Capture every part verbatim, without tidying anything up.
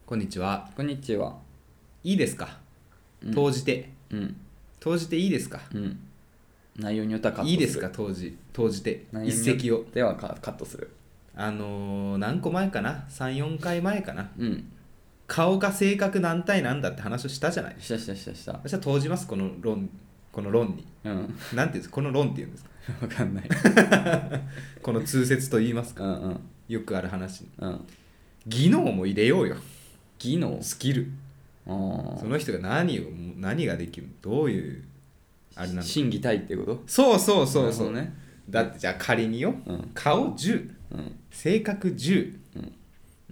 こんにちは。 こんにちは。 いいですか、 うん投じてうん投じていいですか、 うん内容によってはカットする。 いいですか、投じ投じて内容一石を。 によってはカカットする。 あのー、何個前かな、さん、よんかいまえかな、 うん顔が性格何対何だって話をしたじゃない。 したしたしたした私は投じます、この論この論に。 うんなんていうんですか、この論っていうんですかわかんないこの通説と言いますか、 うんうんよくある話にうん技能も入れようよ。 技能スキル、 あーその人が何を何ができる、どういうあれなのか。 心技体っていうこと。 そうそうそうそう、 なるほどね。 だってじゃあ仮によ、 うん顔じゅう、 うん性格じゅう、 うんうー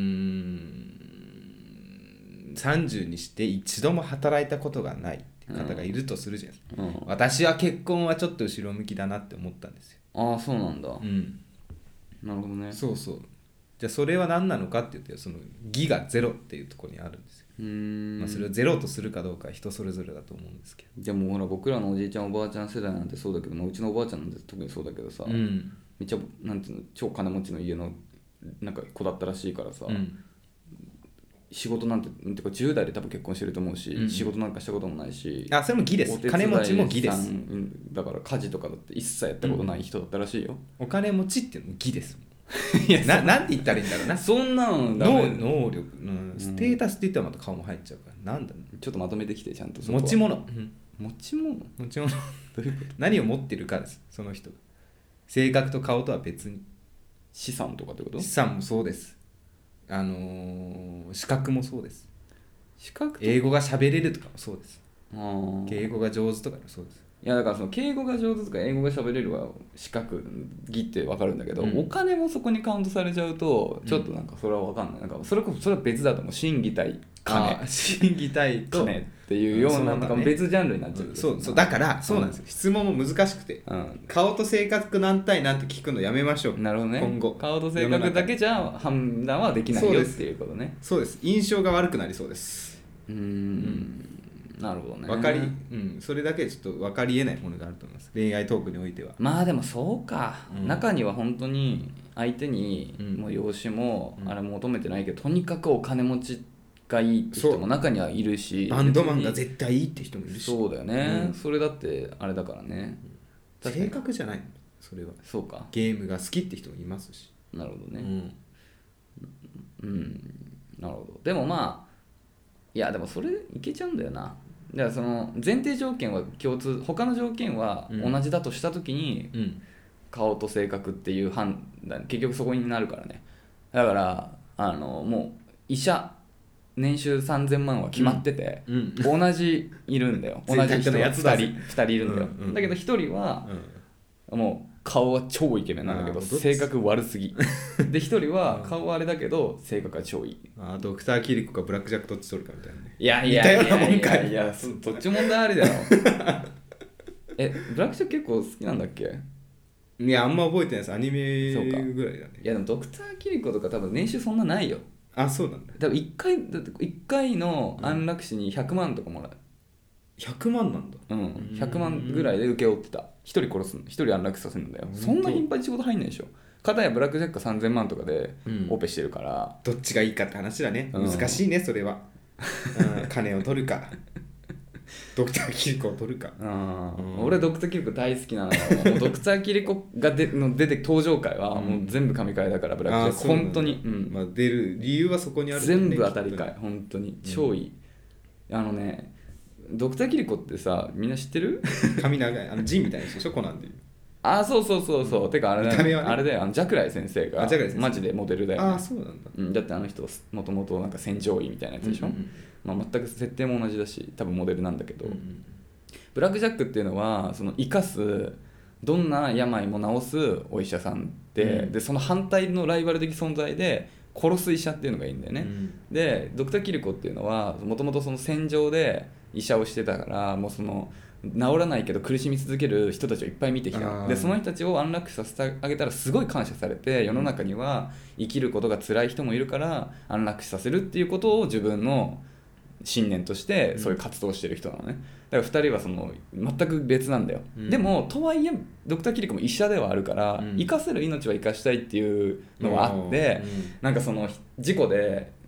んさんじゅうにして一度も働いたことがないって方がいるとするじゃないですか、 うん私は結婚はちょっと後ろ向きだなって思ったんですよ。 ああそうなんだ。 うんなるほどね。 そうそう。じゃあそれは何なのかって言って、その義がゼロっていうところにあるんですよ。 うーんまあ、それをゼロとするかどうかは人それぞれだと思うんですけど。 でもほら僕らのおじいちゃんおばあちゃん世代なんてそうだけど、まあうちのおばあちゃんなんて特にそうだけどさ、 うんめっちゃなんていうの超金持ちの家のなんか子だったらしいからさ、 うん仕事なんててかじゅう代で多分結婚してると思うし、 うんうん仕事なんかしたこともないし、 あ、それも義ですお手伝い金持ちも義でさんす。 うんだから家事とかだって一切やったことない人だったらしいよ、 お金持ちっていうのも義ですいやななんて言ったらいいんだろうな。 そんなのダ能メ。 能力、うん、ステータスって言ったらまた顔も入っちゃうから、なんだろちょっとまとめてきてちゃんとう、 そこは持ち物、うん持ち物ど持ち物ういうこと。 何を持ってるかです、その人が。性格と顔とは別に。 資産とかってこと。 資産もそうです。あのー、資格もそうです。 資格と英語が喋れるとかもそうです。 あー敬語が上手とかもそうです。 いやだからその敬語が上手とか英語が喋れるは資格義って分かるんだけど、 うんお金もそこにカウントされちゃうとちょっとなんかそれは分かんない、なんかそれこそそれは別だと思う。心技体金あ審議体と金っていうようななんか別ジャンルになっちゃう、 そうそう、だからそうなんですよ、質問も難しくて、 うん顔と性格何対何って聞くのやめましょう。 なるほどね。 今後顔と性格だけじゃ判断はできないそうですよっていうことね。 そうです。印象が悪くなりそうです。 うーんなるほどね。 分かり、うん、それだけでちょっと分かりえないものがあると思います。恋愛トークにおいては。 まあでもそうか、 うん中には本当に相手にうんもう容姿もうんあれ求めてないけど、とにかくお金持ちがいいって人も中にはいるし、 バンドマンが別に絶対いいって人もいるし。 そうだよね、 うんそれだってあれだからね。確か性に格じゃないのそれは。 そうか。 ゲームが好きって人もいますし。 なるほどね。 うんうん、なるほど。でもまあいやでもそれいけちゃうんだよな。だからその前提条件は共通、他の条件は同じだとした時に、 うん顔と性格っていう判断結局そこになるからね。だからあのもう医者年収さんぜんまんは決まってて、 うん同じいるんだよ。同じ贅人が2 沢なやつだぜ人ふたりいるんだよ、 うんうんだけどひとりはうんもう顔は超イケメンなんだけどあーどっち性格悪すぎでひとりは顔はあれだけど性格は超いい。 あドクターキリコかブラックジャックどっち取るかみたいなね。 いやいやいやい似たようなもんかいやいやそどっちも問題ありだよえブラックジャック結構好きなんだっけ。 いや、あんま覚えてないです。アニメそうかぐらいだね。 いやでもドクターキリコとか多分年収そんなないよ。 あ、そうなんだ。 多分いっかいだっていっかいの安楽死にひゃくまんとかもらう。 ひゃくまんなんだ。 うん、ひゃくまんぐらいで請け負ってた。ひとり殺すの、ひとり安楽死させるんだよ。そんな頻繁に仕事入んないでしょ。かたやブラックジャックさんぜんまんとかでうんオペしてるから、 どっちがいいかって話だね。 うん難しいね、それは。うん、金を取るか、ドクターキリコを取るか。 あーうん俺ドクターキリコ大好きなのよ。もうドクターキリコがでの出て登場回はもう全部神回だから、ブラックジャックそうなんだ本当に、うんまあ、出る理由はそこにある、 全部当たり回きっ本当に超いい、あのねドクターキリコってさみんな知ってると髪長い、あのジンみたいな人でしょ、コナンでいう。 あそうそうそうそう、うん、てかあれだよ、 見た目はねあれだよ、あのジャクライ先生があジャクライ先生マジでモデルだよ、ね、 ああ、そうなんだ。 うん、だってあの人もともとなんか戦場医みたいなやつでしょ、 うんうんまあ、全く設定も同じだし多分モデルなんだけど、 うんうんブラックジャックっていうのはその生かすどんな病も治すお医者さんで、 うん、 でその反対のライバル的存在で殺す医者っていうのがいいんだよね、 うんでドクターキリコっていうのはもともとその戦場で医者をしてたからもうその治らないけど苦しみ続ける人たちをいっぱい見てきたあーのでその人たちを安楽死させてあげたらすごい感謝されて世の中には生きることが辛い人もいるから安楽死させるっていうことを自分の信念としてそういう活動をしてる人なのね。だからふたりはその全く別なんだよ、 うん、 でもとはいえドクターキリコも医者ではあるから、 うん、 生かせる命は生かしたいっていうのはあって、 うん、 なんかその事故で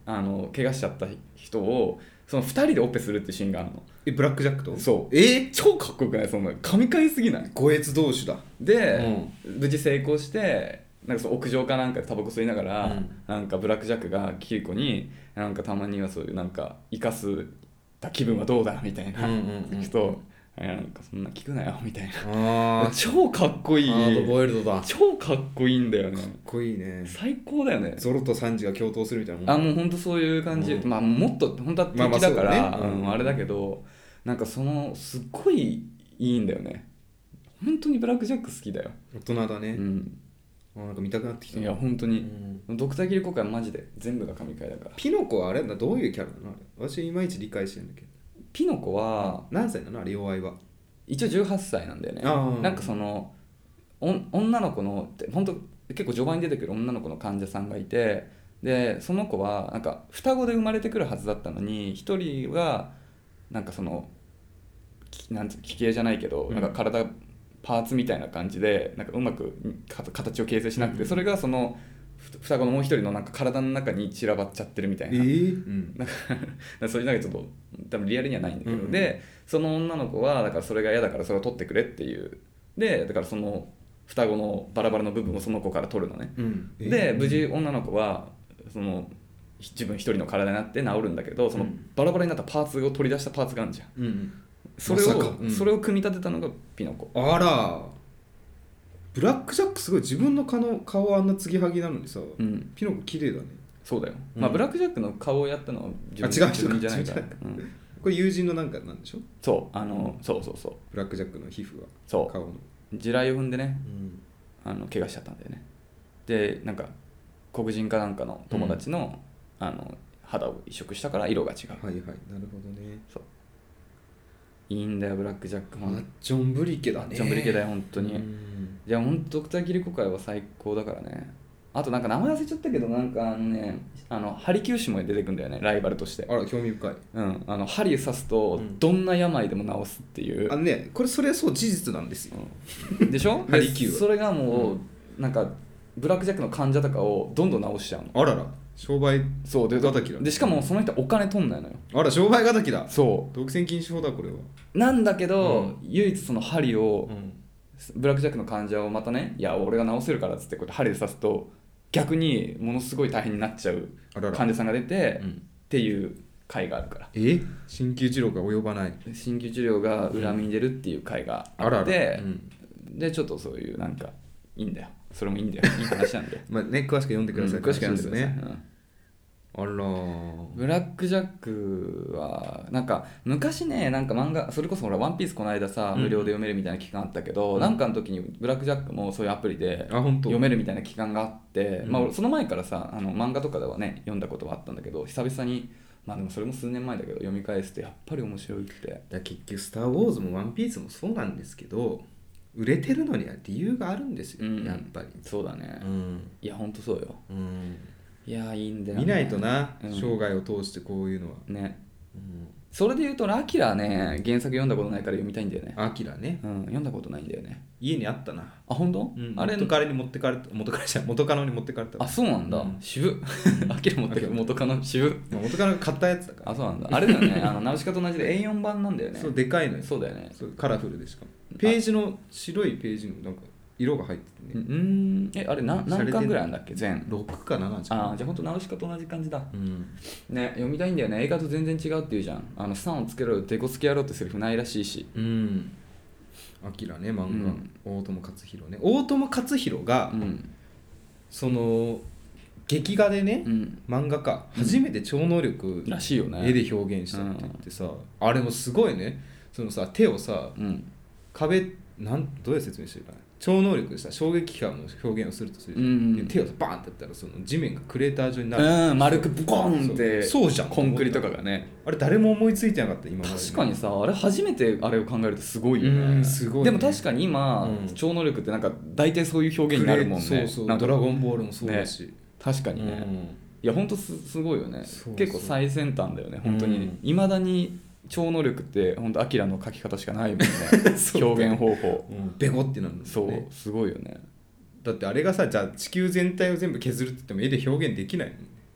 あの怪我しちゃった人をそのふたりでオペするっていうシーンがあるの。 えブラックジャックとそうえ超かっこよくない？そんな神回すぎない？ 五越同士だ。 で、無事成功してなんかその屋上かなんかでタバコ吸いながら、うん、なんかブラックジャックがキリコになんかたまにはそういうなんか生かすた気分はどうだみたいな聞くと、なんかそんな聞くなよみたいな。あ超かっこいい。 ハードボイルドだ。 超かっこいいんだよね。 かっこいいね。 最高だよね。 ゾロとサンジが共闘するみたいな。 あもうほんとそういう感じ、うん、まあもっと本当は敵だから、まあまあねうん、あれだけどなんかそのすっごいいいんだよね。本当にブラックジャック好きだよ。 大人だね。うんあなんか見たくなってきた。 いや本当に、うん、ドクターキリコ会はマジで全部が神回だから。 ピノコはあれなどういうキャラなの？あれ私いまいち理解してるんだけど。 ピノコは何歳なのあれ弱いは。 一応じゅうはっさいなんだよね。なんかそのお女の子の本当結構序盤に出てくる女の子の患者さんがいて、でその子はなんか双子で生まれてくるはずだったのに一人はなんかそのなんつう奇形じゃないけど、うん、なんか体パーツみたいな感じでなんかうまく形を形成しなくて、うん、それがその双子のもう一人のなんか体の中に散らばっちゃってるみたいな、えーうん、なんかそういうなんかちょっと多分リアルにはないんだけど、うん、でその女の子はだからそれが嫌だからそれを取ってくれっていうでだからその双子のバラバラの部分をその子から取るのね、うんえー、で無事女の子はその自分一人の体になって治るんだけどそのバラバラになったパーツを取り出したパーツがあるじゃん、うん、それを、まうん、それを組み立てたのがピノコ。 あらブラックジャックすごい自分の顔の顔あんな継ぎはぎなのにさ、うん、ピノコ綺麗だね。 そうだよ、うんまあ、ブラックジャックの顔をやったのは自分, 自分じゃないから、うん、これ友人のなんかなんでしょ。 そうあの、うん、そうそうそうブラックジャックの皮膚はそう顔の地雷を踏んでね、うん、あの怪我しちゃったんだよね。でなんか黒人かなんかの友達の、うん、あの肌を移植したから色が違う。 はいはいなるほどね。 そういいんだよブラックジャックも。 ジョンブリケだね。 ジョンブリケだよ本当に。いや本当ドクターキリコ会は最高だからね。あとなんか名前忘れちゃったけどなんかあのねあのハリキューシュも出てくるんだよねライバルとして。 あら興味深い。 うんあの針刺すとどんな病でも治すっていう、うん、 あのねこれそれはそう事実なんですよ、 うん、でしょハリキューそれがもう、うん、なんかブラックジャックの患者とかをどんどん治しちゃうの。 あらら商売そうで敵だ。 でしかもその人お金取んないのよ。 あら商売敵だ。 そう独占禁止法だこれは。 なんだけど、うん、唯一その針を、うん、ブラックジャックの患者をまたねいや俺が治せるからっつってこうやって針で刺すと逆にものすごい大変になっちゃう患者さんが出て、うん、っていう回があるから。 え鍼灸治療が及ばない鍼灸治療が恨みに出るっていう回があって、うん、あらら、うん、でちょっとそういうなんかいいんだよそれもいいんだよいい話なんでまあね詳しく読んでください、うん、 詳しく読んでください、ねうんあらブラックジャックはなんか昔ねなんか漫画それこそほらワンピースこの間さ、うん、無料で読めるみたいな期間あったけど、うん、なんかの時にブラックジャックもそういうアプリで読めるみたいな期間があって、うん、まあその前からさあの漫画とかではね読んだことはあったんだけど久々にまあでもそれも数年前だけど読み返すとやっぱり面白くて。 だ結局スター・ウォーズもワンピースもそうなんですけど売れてるのには理由があるんですよ、うん、やっぱりそうだね、うん、いやほんとそうよ、うんいやいいんだよ、ね、 見ないとな、うん、生涯を通してこういうのはね、うん、それで言うとアキラね原作読んだことないから読みたいんだよね。 アキラね、 うん、読んだことないんだよね。 家にあったな。 あ本当、 うん、あれ元彼に持ってかれた元彼じゃ元カノに持ってかれた。 あそうなんだ、うん、渋アキラ持ってか元カノ渋元カノが買ったやつだから。 あそうなんだあれだよねあのナウシカと同じで エーよん 版なんだよね。 そうでかいのよ。 そうだよねそうカラフルでしかもページの白いページのなんか色が入っててね。 うんえあれ何何巻ぐらいあるんだっけ全ろくかななじゃん。あじゃあほんとナウシカと同じ感じだ、うんね、読みたいんだよね。映画と全然違うっていうじゃん。あのさんをつけろよデコつけやろうってセリフないらしいし。うんアキラね漫画、うん、大友克洋ね大友克洋が、うん、その劇画でね、うん、漫画家、うん、初めて超能力らしいよね絵で表現したって言ってさ、うん、あれもすごいね。そのさ手をさ、うん、壁なんどういう説明してるかな超能力でさ衝撃波の表現をするとするじゃん、うんうん、手をバーンってやったらその地面がクレーター状になる、 うん、丸くボコンってそうじゃんコンクリとかがねあれ誰も思いついてなかった今まで。 確かにさあれ初めてあれを考えるとすごいよね。うんすごいね。でも確かに今、うん、超能力ってなんか大体そういう表現になるもんね。 そうそうドラゴンボールもそうだし、 ね、確かにね、うん、いやほんと す, すごいよね。そうそう結構最先端だよね本当にいま、うん、だに超能力って本当アキラの書き方しかないもんね表現方法、 うん、ベゴってなるんだ、ね、 そうすごいよね。 だってあれがさじゃあ地球全体を全部削るって言っても絵で表現できないの。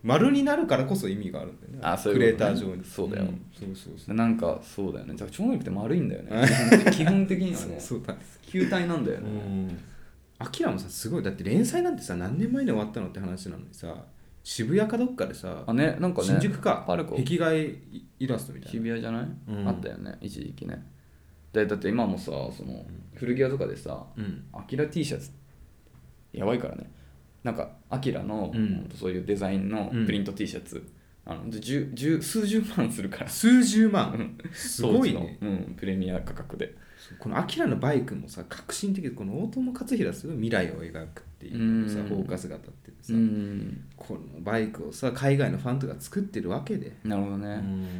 丸になるからこそ意味があるんだよね。 あ、そういうことね、 クレーター上に。 そうだよ、うん、 そうそうそうなんかそうだよね。じゃあ超能力って丸いんだよね基本的にはねそうだね、 球体なんだよね。 アキラもさすごい、だって連載なんてさ何年前に終わったのって話なのにさ、渋谷かどっかでさ、 あ、ね、なんかね、 新宿かパルコ壁画イラストみたいな、 渋谷じゃない、 うん、 あったよね一時期ね。でだって今もさ、その古着屋とかでさ、 うん、 アキラ T シャツやばいからね。なんかアキラの、 うん、 そういうデザインのプリント T シャツ、うん、あの十十数十万するから。 数十万すごいね、 うん、プレミア価格で。 このアキラのバイクもさ、革新的で、この大友克洋すごい未来を描くっていうさ、フォーカスが当たっててさ、うん、このバイクをさ海外のファンとか作ってるわけで。 なるほどね、うん、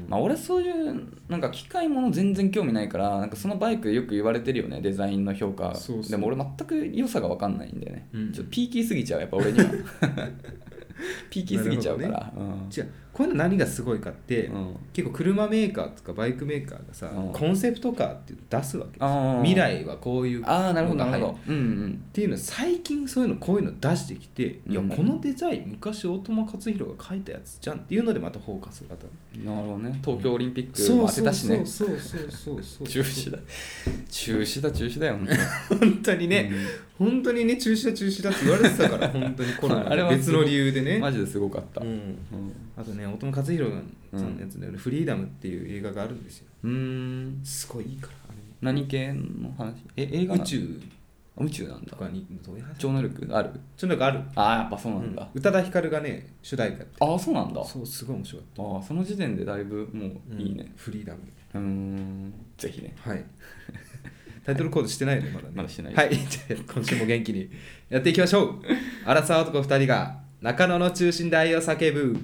まあ俺そういうなんか機械もの全然興味ないから、なんかそのバイクよく言われてるよね、デザインの評価。そうそう、でも俺全く良さが分かんないんだよね、うん、ちょっとピーキーすぎちゃうやっぱ俺にはピーキーすぎちゃうから、ね、うん、 じゃあこういうの何がすごいかって、うん、結構車メーカーとかバイクメーカーがさ、うん、コンセプトカーっていうの出すわけですよ。未来はこういうああ、なるほどなるほど、うんうん、 っていうの最近そういうのこういうの出してきて、うん、いやこのデザイン昔大友克洋が描いたやつじゃんっていうのでまたフォーカスが当たる。 なるほどね。東京オリンピックも当てたしね。 そうそうそうそうそう中止だ中止だ中止だよ本当にね、うん、本当にね中止だ中止だって言われてたから本当にコロナで別の理由でねマジですごかった、うんうん、 あとね大友克洋さんのやつで、うん、フリーダムっていう映画があるんですよ。 うーん、 すごいいいからあれ。 何系の話？え、映画？ 宇宙宇宙なんだ。 とかにどういう話？ 超能力ある？ 超能力ある。 ああ、やっぱそうなんだ、 うん、宇多田ヒカルがね主題歌やって。 ああ、そうなんだ。 そう、すごい面白かった。 ああ、その時点でだいぶもういいね、うん、 フリーダム。 うーん、ぜひね。 はいタイトルコードしてないのまだね。 まだしてない。 はい、じゃあ今週も元気にやっていきましょう。アラサー男ふたりが中野の中心で愛を叫ぶ。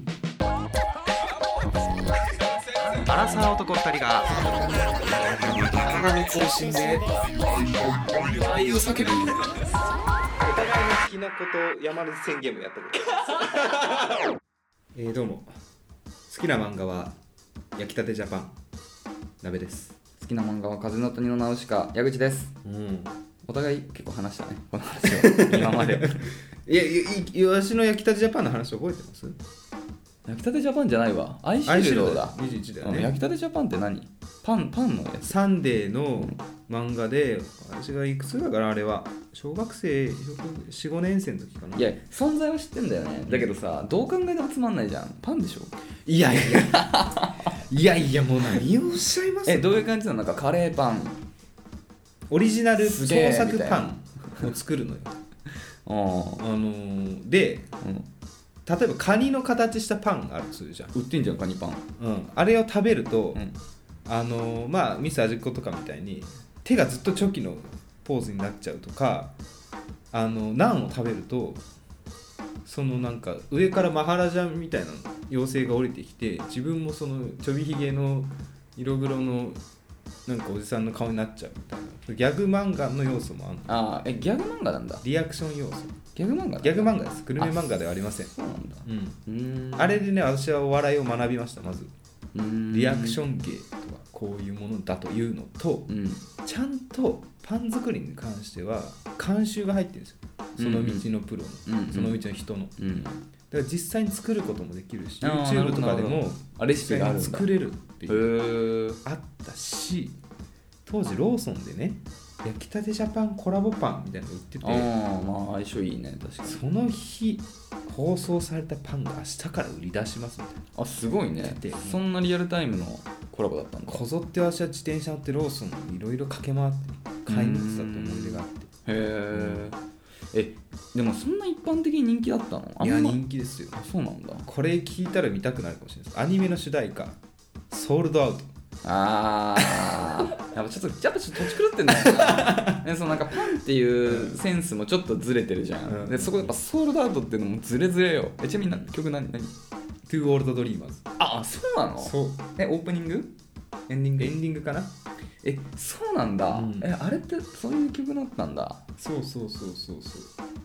アラサー男ふたりが中野の中心で愛を叫ぶ。お互いの好きなこと山根宣言もやったことあるえーどうも、好きな漫画は焼きたてジャパン鍋です。 好きな漫画は風の谷のナウシカ矢口です、うん、お互い結構話したねこの話を今までいやいやわしの焼きたてジャパンの話覚えてます？ 焼きたてジャパンじゃないわ。アイシールドだ。 にじゅういちだよね。 焼きたてジャパンって何？パンパンのやつ。 サンデーの漫画で、私がいくつだからあれは小学生よん、ごねん生の時かな。 いや存在は知ってんだよね。だけどさ、どう考えてもつまんないじゃん。パンでしょ。 いやいやいやいやもう何をおっしゃいます？ え、どういう感じなの？なんかカレーパン、 オリジナル創作パンを作るのよ。あのー、で、うん、例えばカニの形したパンがあるとするじゃん。 売ってんじゃんカニパン、 うん、あれを食べると、うん、あのー、まあミス味っ子とかみたいに手がずっとチョキのポーズになっちゃうとか、あのナンを食べるとそのなんか上からマハラジャンみたいな妖精が降りてきて、自分もそのちょびひげの色黒のなんかおじさんの顔になっちゃうみたいなギャグ漫画の要素もあるの。 ああ、え、ギャグ漫画なんだ。 リアクション要素。 ギャグ漫画？ ギャグ漫画です。グルメ漫画ではありません。 そうなんだ。 うん。うーん、あれでね、私はお笑いを学びました。まずリアクション芸とはこういうものだというのと、うん、ちゃんとパン作りに関しては監修が入ってるんですよ。その道のプロの、うん、その道の人の、うん、だから実際に作ることもできるし、 YouTube とかでもレシピがあるんだ、 作れるっていうあったし、当時ローソンでね焼きたてジャパンコラボパンみたいなの売ってて、 ああ、まあ相性いいね。確かにその日放送されたパンが明日から売り出しますみたいな。 あ、すごいね。そんなリアルタイムのコラボだったんだ。 こぞって私は自転車乗ってローソンいろいろ駆け回って買いに行ってたと思い出があって。 へー、え、でもそんな一般的に人気だったの？ いや、人気ですよ。 あ、そうなんだ。 これ聞いたら見たくなるかもしれないです。アニメの主題歌ソールドアウト。 あーやっぱちょっとやっぱちょっと土地狂ってんだよなでそのなんかパンっていうセンスもちょっとずれてるじゃん、うん、でそこやっぱソールドアウトっていうのもずれずれよ。え、ちなみに曲何何？ To Old Dreamers。 あ、そうなの？ そう。 え、オープニング？エンディング？ エンディングかな。 え、そうなんだ、うん、え、あれってそういう曲だったんだ。 そうそうそうそうそう。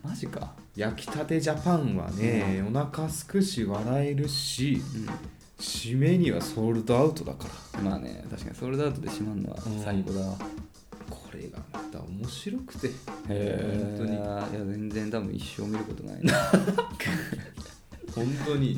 マジか。 焼きたてジャパンはね、うん、お腹すくし笑えるし、うん、締めにはソールドアウトだから。 まあね、確かにソールドアウトで締まるのは最高だわ、うん、 これがまた面白くて、 へー、本当に。いや全然多分一生見ることないな本当に、 うん、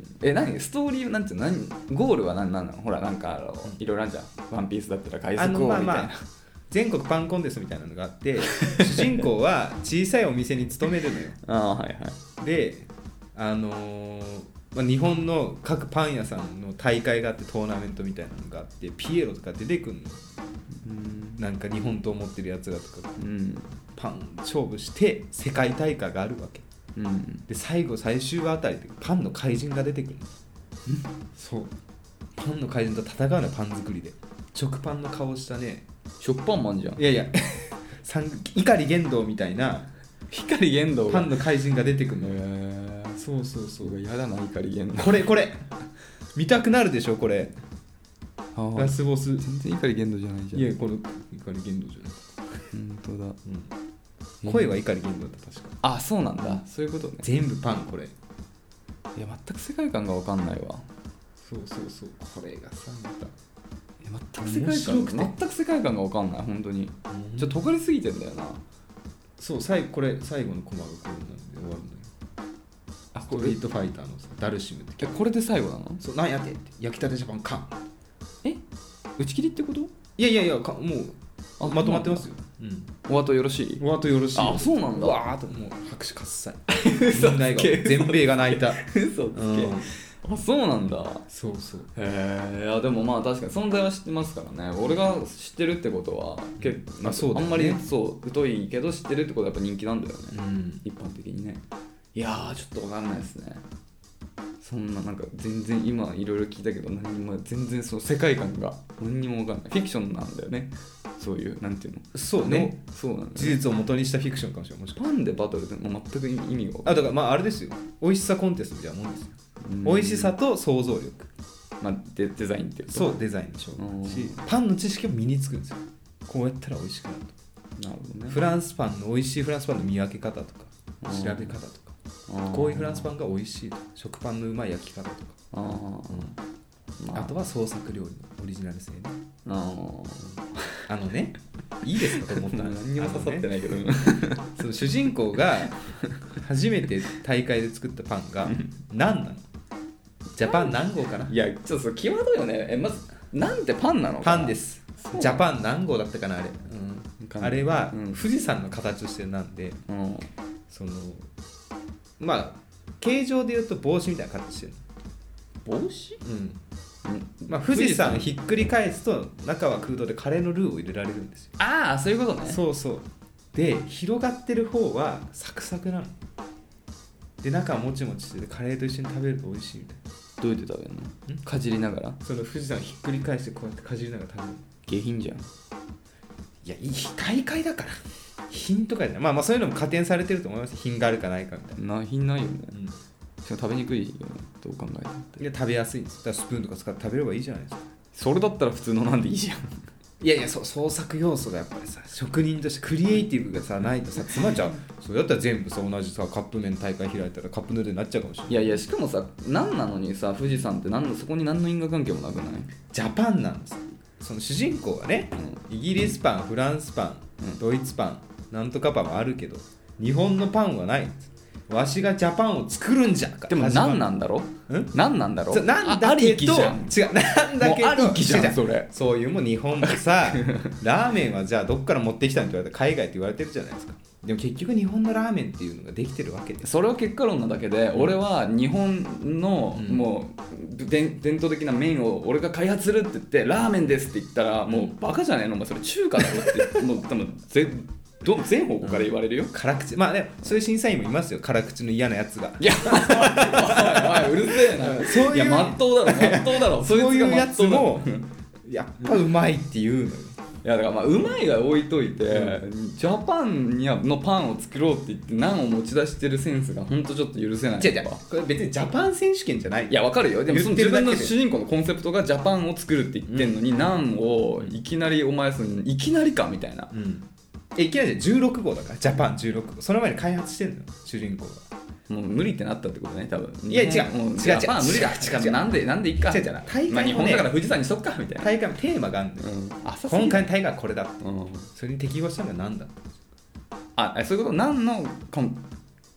え何ストーリーなんて何ゴールは何なの？ほらなんかあのいろいろあるじゃん。ワンピースだったら海賊王みたいな、まあまあ、 全国パンコンテストみたいなのがあって主人公は小さいお店に勤めるのよ。 あ、はいはい、で、 あのーまあ、日本の各パン屋さんの大会があってトーナメントみたいなのがあってピエロとか出てくるの。うん、なんか日本刀持ってるやつらとか、うん、パン勝負して世界大会があるわけ、うん、で最後最終話あたりでパンの怪人が出てくるの、うん、そうパンの怪人と戦うのよ。パン作りで食パンの顔したね食パンマンじゃん。 いやいや碇玄道みたいな碇玄道パンの怪人が出てくるの。へー、そうそうそう。 やだな碇玄道。 これこれ見たくなるでしょこれ。ラスボス全然碇玄道じゃないじゃん。 いやこの碇玄道じゃない。 本当だ、 うん、声は碇玄道だった確か。 あ、そうなんだ、うん、そういうことね。 全部パンこれ。いや全く世界観が分かんないわ。 そうそうそう、これがさまた全く世界観全く世界観が分かんない本当に。うん、ちょっと尖りすぎてんだよな。 そう最後これ最後のコマがこれなんで終わるのよ。あ、ストリートファイターのさダルシムって。 えこれで最後なの？ そうなんやってって焼きたてジャパンカン。 え打ち切りってこと？ いやいやいやかもうまとまってますよ。うん、 お後よろしい？ お後よろしい。 あ、そうなんだ。 わーっともう拍手喝采。みんなが全米が泣いた。 嘘つけ、うん、あ、そうなんだ。 そうそう。 へえ。いやでもまあ確かに存在は知ってますからね。俺が知ってるってことは結構、あ、そうだね、あんまりそう疎いけど知ってるってことはやっぱ人気なんだよね、うん、一般的にね。いやーちょっと分かんないですね。そんななんか全然今いろいろ聞いたけど何も全然その世界観が何にも分かんない。フィクションなんだよね。そういうなんていうの。 そうね。 そうなんだ、ね、 事実を元にしたフィクションかもしれない。もしパンでバトルってもう全く意味が分かんない。 あ、だからまああれですよ。美味しさコンテストみたいなもんですよ。美味しさと想像力。 まあ、デ, デザインっていうそうデザインでしょうし、パンの知識も身につくんですよ。こうやったら美味しくなると。なるほどね。フランスパンの美味しいフランスパンの見分け方とか調べ方とか、こういうフランスパンが美味しいとか、食パンのうまい焼き方とか、あ、うん、あとは創作料理のオリジナル性ね。あ, あのね、いいですかと思ったら何にも刺さってないけど、ね、 その主人公が初めて大会で作ったパンが何なの？ジャパン何号かな。 いやちょっと際どいよね。えまずなんてパンなのかな。 パンです。ジャパン何号だったかなあれ、うん、あれは、うん、富士山の形をしてなんで、うん、そのまあ形状で言うと帽子みたいな形してるの。帽子？うん、 まあ、富士山ひっくり返すと中は空洞でカレーのルーを入れられるんですよ。 ああそういうことね。 そうそうで広がってる方はサクサクなので中はもちもちしててカレーと一緒に食べると美味しいみたいな。 どうやって食べるの？かじりながら。 その富士山ひっくり返してこうやってかじりながら食べる。 下品じゃん。いやいい大会だから品とかじゃない。まあまあそういうのも加点されてると思います。品があるかないかみたいな。 な品ないよね、うん、しかも食べにくいよね。どう考えても。 いや食べやすいんです。だからスプーンとか使って食べればいいじゃないですか。 それだったら普通のなんでいいじゃん。 いやいやそう創作要素がやっぱりさ職人としてクリエイティブがさないとさ詰まっちゃう。それだったら全部さ同じさカップ麺大会開いたらカップヌードルになっちゃうかもしれない。 いやいやしかもさ何なのにさ富士山って何のそこに何の因果関係もなくない？ ジャパンなんです。その主人公はね、うん、イギリスパンフランスパン、うん、ドイツパンなんとかパンはあるけど日本のパンはないんです。わしがジャパンを作るんじゃか。 でも何なんだろう？何なんだろう？ なんだけど違うなんだけどありきじゃんそれ。 そういうもう日本もさラーメンはじゃあどっから持ってきたんって言われたら海外って言われてるじゃないですか。でも結局日本のラーメンっていうのができてるわけで、 それは結果論なだけで、うん、俺は日本の、うん、もう伝統的な麺を俺が開発するって言ってラーメンですって言ったら、うん、もうバカじゃねえのお前それ中華だろってもう多分全ど全方向から言われるよ、うん、 辛口。まあねそういう審査員もいますよ。辛口の嫌なやつが。 いやおいおいうるせえな。そういういやまっとうだろまっとうだろそういうやつもやっぱうまいって言うのよ。 いやだからまあうまいは置いといて、うん、ジャパンにのパンを作ろうって言ってナンを持ち出してるセンスがほんとちょっと許せない。 違う違うこれ別にジャパン選手権じゃない。 いやわかるよ。でもその自分の主人公のコンセプトがジャパンを作るって言ってんのに、うん、ナンをいきなりお前そのいきなりかみたいな、うん、 えいきなりじゅうろく号だからジャパンじゅうろく号その前に開発してるのよ主人公が。 もう無理ってなったってことね多分。 いや違うもうジャパン無理だ。違う違うなんでなんでいっか。 違う違う大会もね、 まあ、日本だから富士山にしとくかみたいな。 大会もテーマがあるんだよ、うん、今回の大会はこれだって、うん、それに適合したのが何だって。 あそういうこと。何のコン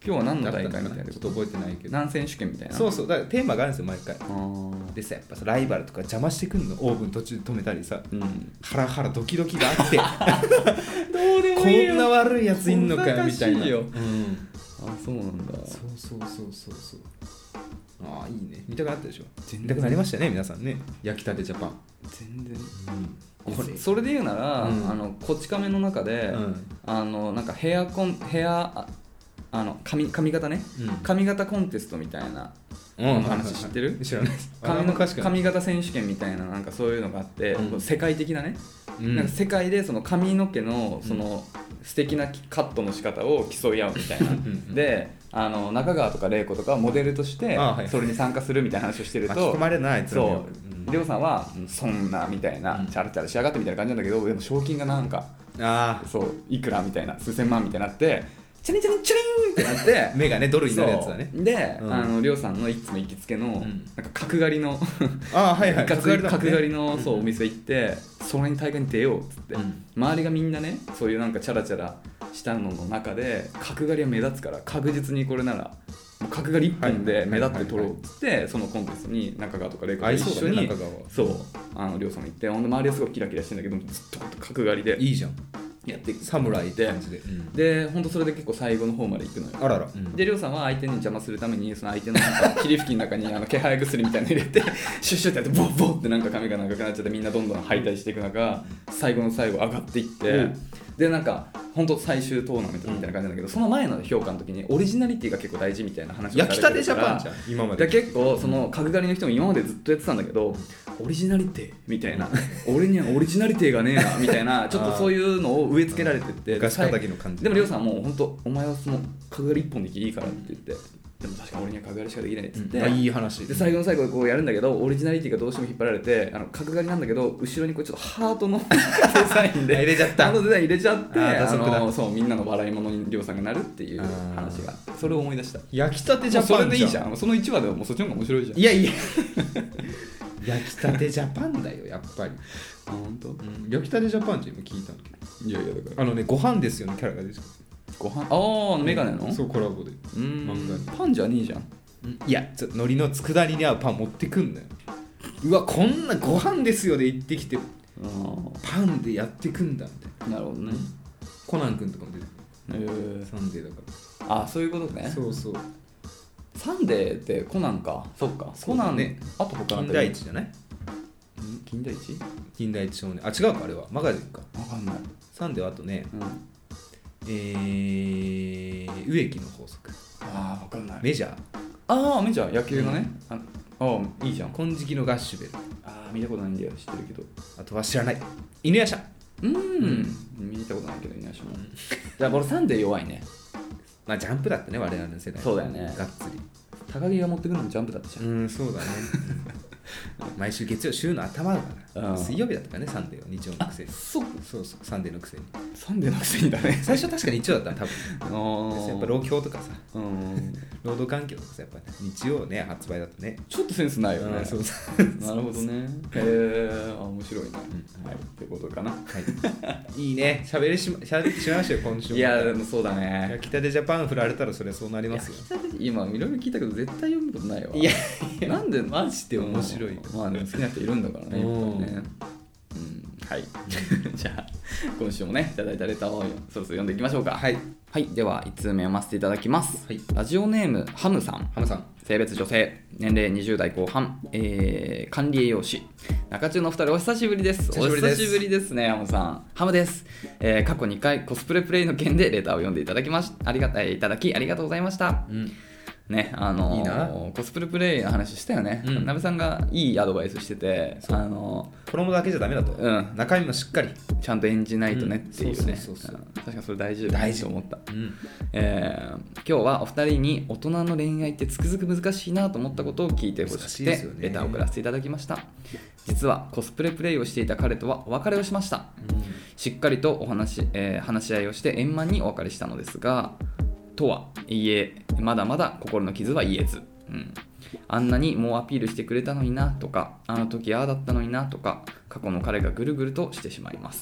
今日は何の大会みたいなちょっと覚えてないけど何選手権みたいな。 そうそうだからテーマがあるんですよ毎回あでさやっぱさライバルとか邪魔してくんのオーブン途中で止めたりさ、 うんハラハラドキドキがあってどうでこんな悪いやついんのかよみたいな、 よ、 うん、 あそうなんだ。 そうそうそうそうそうああいいね見たくなったでしょ全然見たくなりましたね皆さんね焼きたてジャパン、 全然うん、これそれで言うなら、 うんあのこち亀の中で、 うんあのなんかヘアコンヘアああの髪髪型ね、 うん髪型コンテストみたいなうん話知ってる？ 知らないです髪のあ確かに髪型選手権みたいななんかそういうのがあって、 うん世界的なね、 うんなんか世界でその髪の毛のその素敵なカットの仕方を競い合うみたいなんであの中川とか玲子とかはモデルとしてあはいそれに参加するみたいな話をしてると巻き込まれるなあいつらもそうりょうさんはそんなみたいなうんチャラチャラしやがってみたいな感じなんだけどでも賞金がなんかああそういくらみたいな数千万みたいになってチャリンチャリンチャリンってなって目がねドルになるやつだねそうで、 うんあのりょうさんのいつも行きつけの、 んなんか角刈りのああはいはい角角刈りだもんね角刈りの、そううんお店行ってそれに大会に出ようっつって、 うん周りがみんなねそういうなんかチャラチャラしたのの中で角刈りは目立つから確実にこれならもう角刈り一本で目立って取ろうっつってそのコンテストに中川とか玲子と合いそうだ一緒にね中川はそうあのりょうさんも行ってほんで周りはすごいキラキラしてんだけどずっと角刈りでいいじゃんやっていく侍って感じで、うんで本当それで結構最後の方まで行くのよあらら、うんでりょうさんは相手に邪魔するためにその相手のなんか霧吹きの中にあの気配薬みたいなの入れてシュッシュってやってボッボッってなんか髪が長くなっちゃってみんなどんどん敗退していく中最後の最後上がっていって、 うんでなんか本当最終トーナメントみたいな感じなんだけど、その前の評価の時にオリジナリティが結構大事みたいな話をされてるから焼きたてジャパンじゃん今までで結構その角刈りの人も今までずっとやってたんだけどオリジナリティみたいな俺にはオリジナリティがねえなみたいなちょっとそういうのを植え付けられてって昔仇の感じでもりょうさんはもう本当お前はその角刈り一本でいいからって言ってでも確かに俺には角刈りしかできないっつって、 うんあいい話で最後の最後こうやるんだけどオリジナリティがどうしても引っ張られてあの角刈りなんだけど後ろにこうちょっとハートのデザインで入れちゃったあのデザイン入れちゃってあー打足だのそうみんなの笑い物にりょうさんがなるっていう話があってそれを思い出した焼きたてジャもうそパンれでいいじゃんそのいちわでももうそっちの方が面白いじゃんいやいや焼きたてジャパンだよやっぱり、 あ本当、 うん、焼きたてジャパンって今聞いたんだけどいやいやだからあのねご飯ですよねキャラが出てくるご飯ああメガネのそうコラボでうーん漫画にパンじゃねえじゃんいやちょ海苔の佃煮に合うパン持ってくんのようわこんなご飯ですよで行ってきてあパンでやってくんだみたいなあなるほどねコナン君とかも出てくえるー、 サンデーだかあそういうことねらそうそうサンデーってコナンかそっかコナンねあと他なん金田一じゃない金田一金田一少年あ違うかあれはマガジンかわかんないサンデーはあとねうんえー、植木の法則ああわかんないメジャーああメジャー野球のね、ああいいじゃん金色のガッシュベルああ見たことないんだよ知ってるけどあとは知らない犬夜叉うーん見たことないけどいないしもじゃあ俺サンデー弱いねまあジャンプだったね我々の世代そうだよねがっつり高木が持ってくるのもジャンプだったじゃんうんそうだね毎週月曜週の頭だからうん水曜日だったからねサンデーは日曜のくせにそうそうそうサンデーのくせにサンデーのくせにだね最初確か日曜だったの多分あやっぱ労協とかさうん労働環境とかさやっぱ日曜ね発売だとねちょっとセンスないよねうんそうそうなるほどねへえあ面白いね、 うんはいってことかなはいいいね喋りしま喋ってしまいましたよ今週もいやでもそうだね焼きたてジャパン振られたらそれはそうなりますよ今いろいろ聞いたけど絶対読むことないわいやなんでマジで面白いようんまあね好きな人いるんだからねやっぱりねうんはいじゃあ今週もねいただいたレターをそろそろ読んでいきましょうかはいはいではいちつうめ読ませていただきます、 はいラジオネームハムさんハムさん性別女性年齢にじゅう代後半、えー、管理栄養士中中のお二人お久しぶりです久しぶりですお久しぶりですねハムさんハムです、えー、過去にかいコスプレプレイの件でレターを読んでいただきましありがたいいただきありがとうございましたうんねあのー、 いいなコスプレプレイの話したよね、 うんなべさんがいいアドバイスしててそうあの衣だけじゃダメだと、 うん中身もしっかり、 ーちゃんと演じないとねっていうねうんそうそうそうそううん確かにそれ大事だよね大事と思ったうん、 えー今日はお二人に大人の恋愛ってつくづく難しいなと思ったことを聞いてほ難しくてしいですよねレターを送らせていただきました実はコスプレプレイをしていた彼とはお別れをしましたしっかりとお話、えー話し合いをして円満にお別れしたのですがとはいえまだまだ心の傷は癒えず、うん、あんなにもうアピールしてくれたのになとかあの時ああだったのになとか過去の彼がぐるぐるとしてしまいます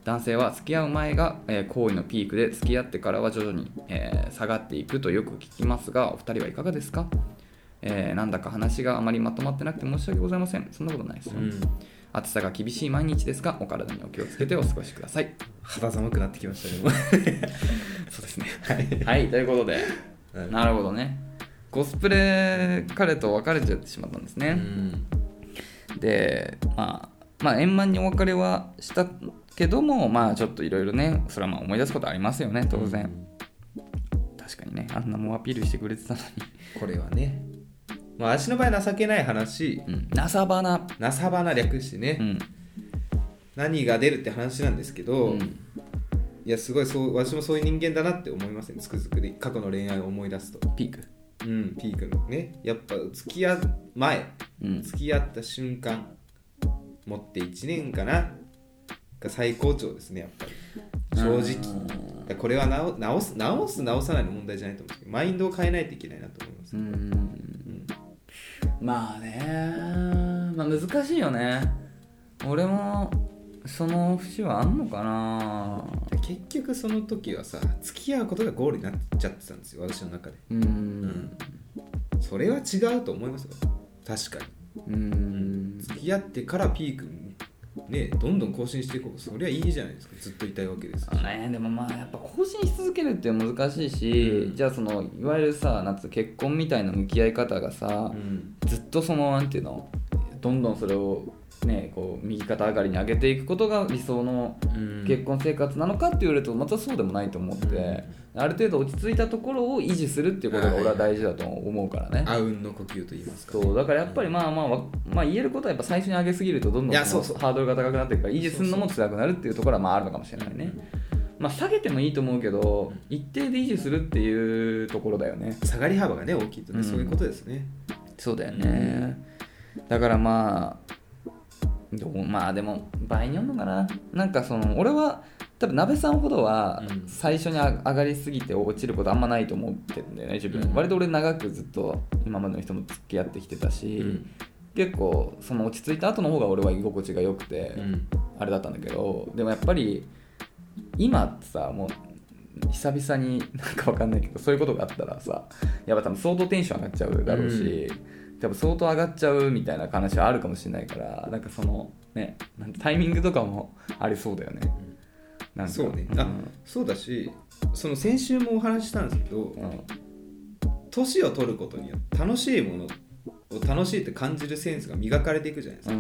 男性は付き合う前が、えー行為のピークで、付き合ってからは徐々に、えー下がっていくとよく聞きますが、お二人はいかがですか？えーなんだか話があまりまとまってなくて申し訳ございません。そんなことないですよ。 うん暑さが厳しい毎日ですが、お体にお気をつけてお過ごしください。 肌寒くなってきましたねそうですね。 はい、 はい、ということで、 うんなるほどね。コスプレ彼と別れちゃってしまったんですうね。 んで、まあ、まあ、円満にお別れはしたけども、まあ、ちょっといろいろね、それはまあ思い出すことありますよね、当然。確かにね、あんなもんアピールしてくれてたのに。 これはね、まあ私の場合情けない話、 うん、なさばな。 なさばな略してね、 うん。 何が出るって話なんですけど、 うん、 いやすごいそう私もそういう人間だなって思いますね。つくづくで過去の恋愛を思い出すと、 ピーク。 うんピークのね、やっぱ付き合う前、 うん。 付き合った瞬間持っていちねんかなが最高潮ですね、やっぱり正直。これは直直す直す直さないの問題じゃないと思うんですけど、マインドを変えないといけないなと思います、 ううんん。まあね、まあ難しいよね。俺もその節はあんのかな。 結局その時はさ、付き合うことがゴールになっちゃってたんですよ、私の中で。 うん。 うんそれは違うと思いますよ、確かに。 うん。 付き合ってからピークね、どんどん更新していこう、そりゃいいじゃないですか、ずっといたいわけですし。 ね、でもまあやっぱ更新し続けるって難しいし、 うん、 じゃあそのいわゆるさ、なんつう結婚みたいな向き合い方がさ、 うん、 ずっとそのなんていうの、どんどんそれをねこう右肩上がりに上げていくことが理想のうん結婚生活なのかって言われるとまたそうでもないと思って、うん、ある程度落ち着いたところを維持するっていうことが俺は大事だと思うからね。 あうんの呼吸と言いますか、 そうだからやっぱりまあまあ、まあ、言えることはやっぱ最初に上げすぎるとどんどんそのハードルが高くなっていくから維持するのも辛くなるっていうところはまああるのかもしれないね。まあ、下げてもいいと思うけど一定で維持するっていうところだよね。 下がり幅がね大きいとね、 うん、 そういうことですね。 そうだよね。だからまあどうまあでも場合によるのかな。なんかその俺は多分鍋さんほどは最初に上がりすぎて落ちることあんまないと思ってるんだよね自分、うん、割と俺長くずっと今までの人も付き合ってきてたし、うん、結構その落ち着いた後の方が俺は居心地が良くて、うん、あれだったんだけど、でもやっぱり今ってさもう久々になんか分かんないけどそういうことがあったらさやっぱ多分相当テンション上がっちゃうだろうし、うん多分相当上がっちゃうみたいな話はあるかもしれないから、なんかそのねなんてタイミングとかもありそうだよね。なんかそうね、 うん、 あそうだし、その先週もお話ししたんですけど、年、うん、を取ることによって楽しいものを楽しいって感じるセンスが磨かれていくじゃないですか、うん、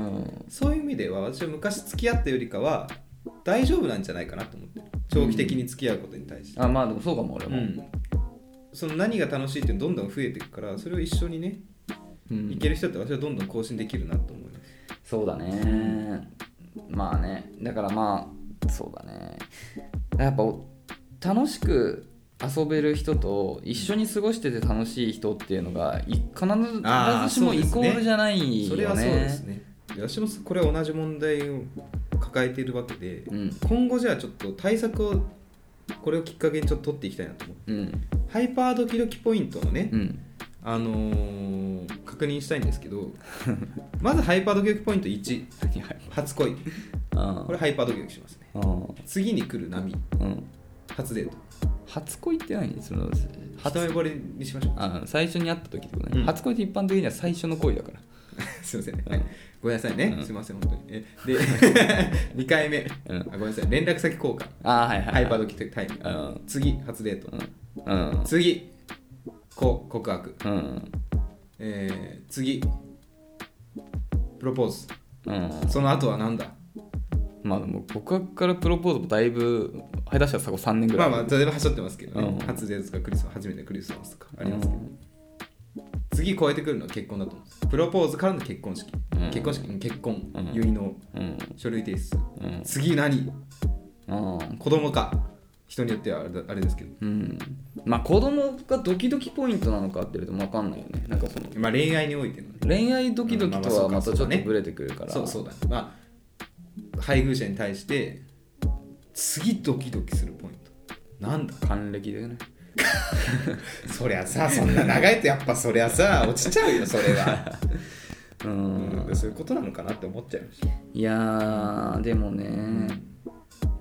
そういう意味では私は昔付き合ったよりかは大丈夫なんじゃないかなと思ってる、長期的に付き合うことに対して、 うん、あまあでもそうかも俺も、うん、 その何が楽しいってどんどん増えていくからそれを一緒にねうん、いける人って私はどんどん更新できるなと思います。 そうだね、まあねだからまあそうだねやっぱ楽しく遊べる人と一緒に過ごしてて楽しい人っていうのが必ずしもイコールじゃないよね。 それはそうですね。私もこれは同じ問題を抱えているわけで、うん、今後じゃあちょっと対策をこれをきっかけにちょっと取っていきたいなと思って、うん、ハイパードキドキポイントのね、うんあのー、確認したいんですけどまずハイパードキドキポイントいち初恋これハイパードキドキしますね。次に来る波、うん、初デート。 初恋って何その一目惚れにしましょう。 あ最初に会った時ってことね、うん、初恋って一般的には最初の恋だからすいませんね、はい、ごめんなさいね、うん、すいません本当にえでにかいめ、うん、あごめんなさい連絡先交換あ、はいはいはい、 ハイパードキドキタイム、うん、次初デート、うんうん、次こ告白、うんえー、次プロポーズ、うん、その後はなんだ。 まあでも告白からプロポーズもだいぶ下手したらささんねんぐらいまあまあだいぶ走ってますけどね、うん、初デートとかクリスマス初めてクリスマスとかありますけど、うん、次超えてくるのは結婚だと思うんです。プロポーズからの結婚式、うん、結婚式結婚、うん、結納、うん、書類提出、うん、次何、うん、子供か人によってはあれですけど、 うん、まあ子供がドキドキポイントなのかって言うと分かんないよね。なんかその、 まあ、恋愛においての、ね、 恋愛ドキドキとはまたちょっとブレてくるから、 そうそうだね。まあ配偶者に対して次ドキドキするポイントなんだ。 還暦だよねそりゃさそんな長いとやっぱそりゃさ落ちちゃうよそれはうん、うん、そういうことなのかなって思っちゃいました。 いやーでもね、うん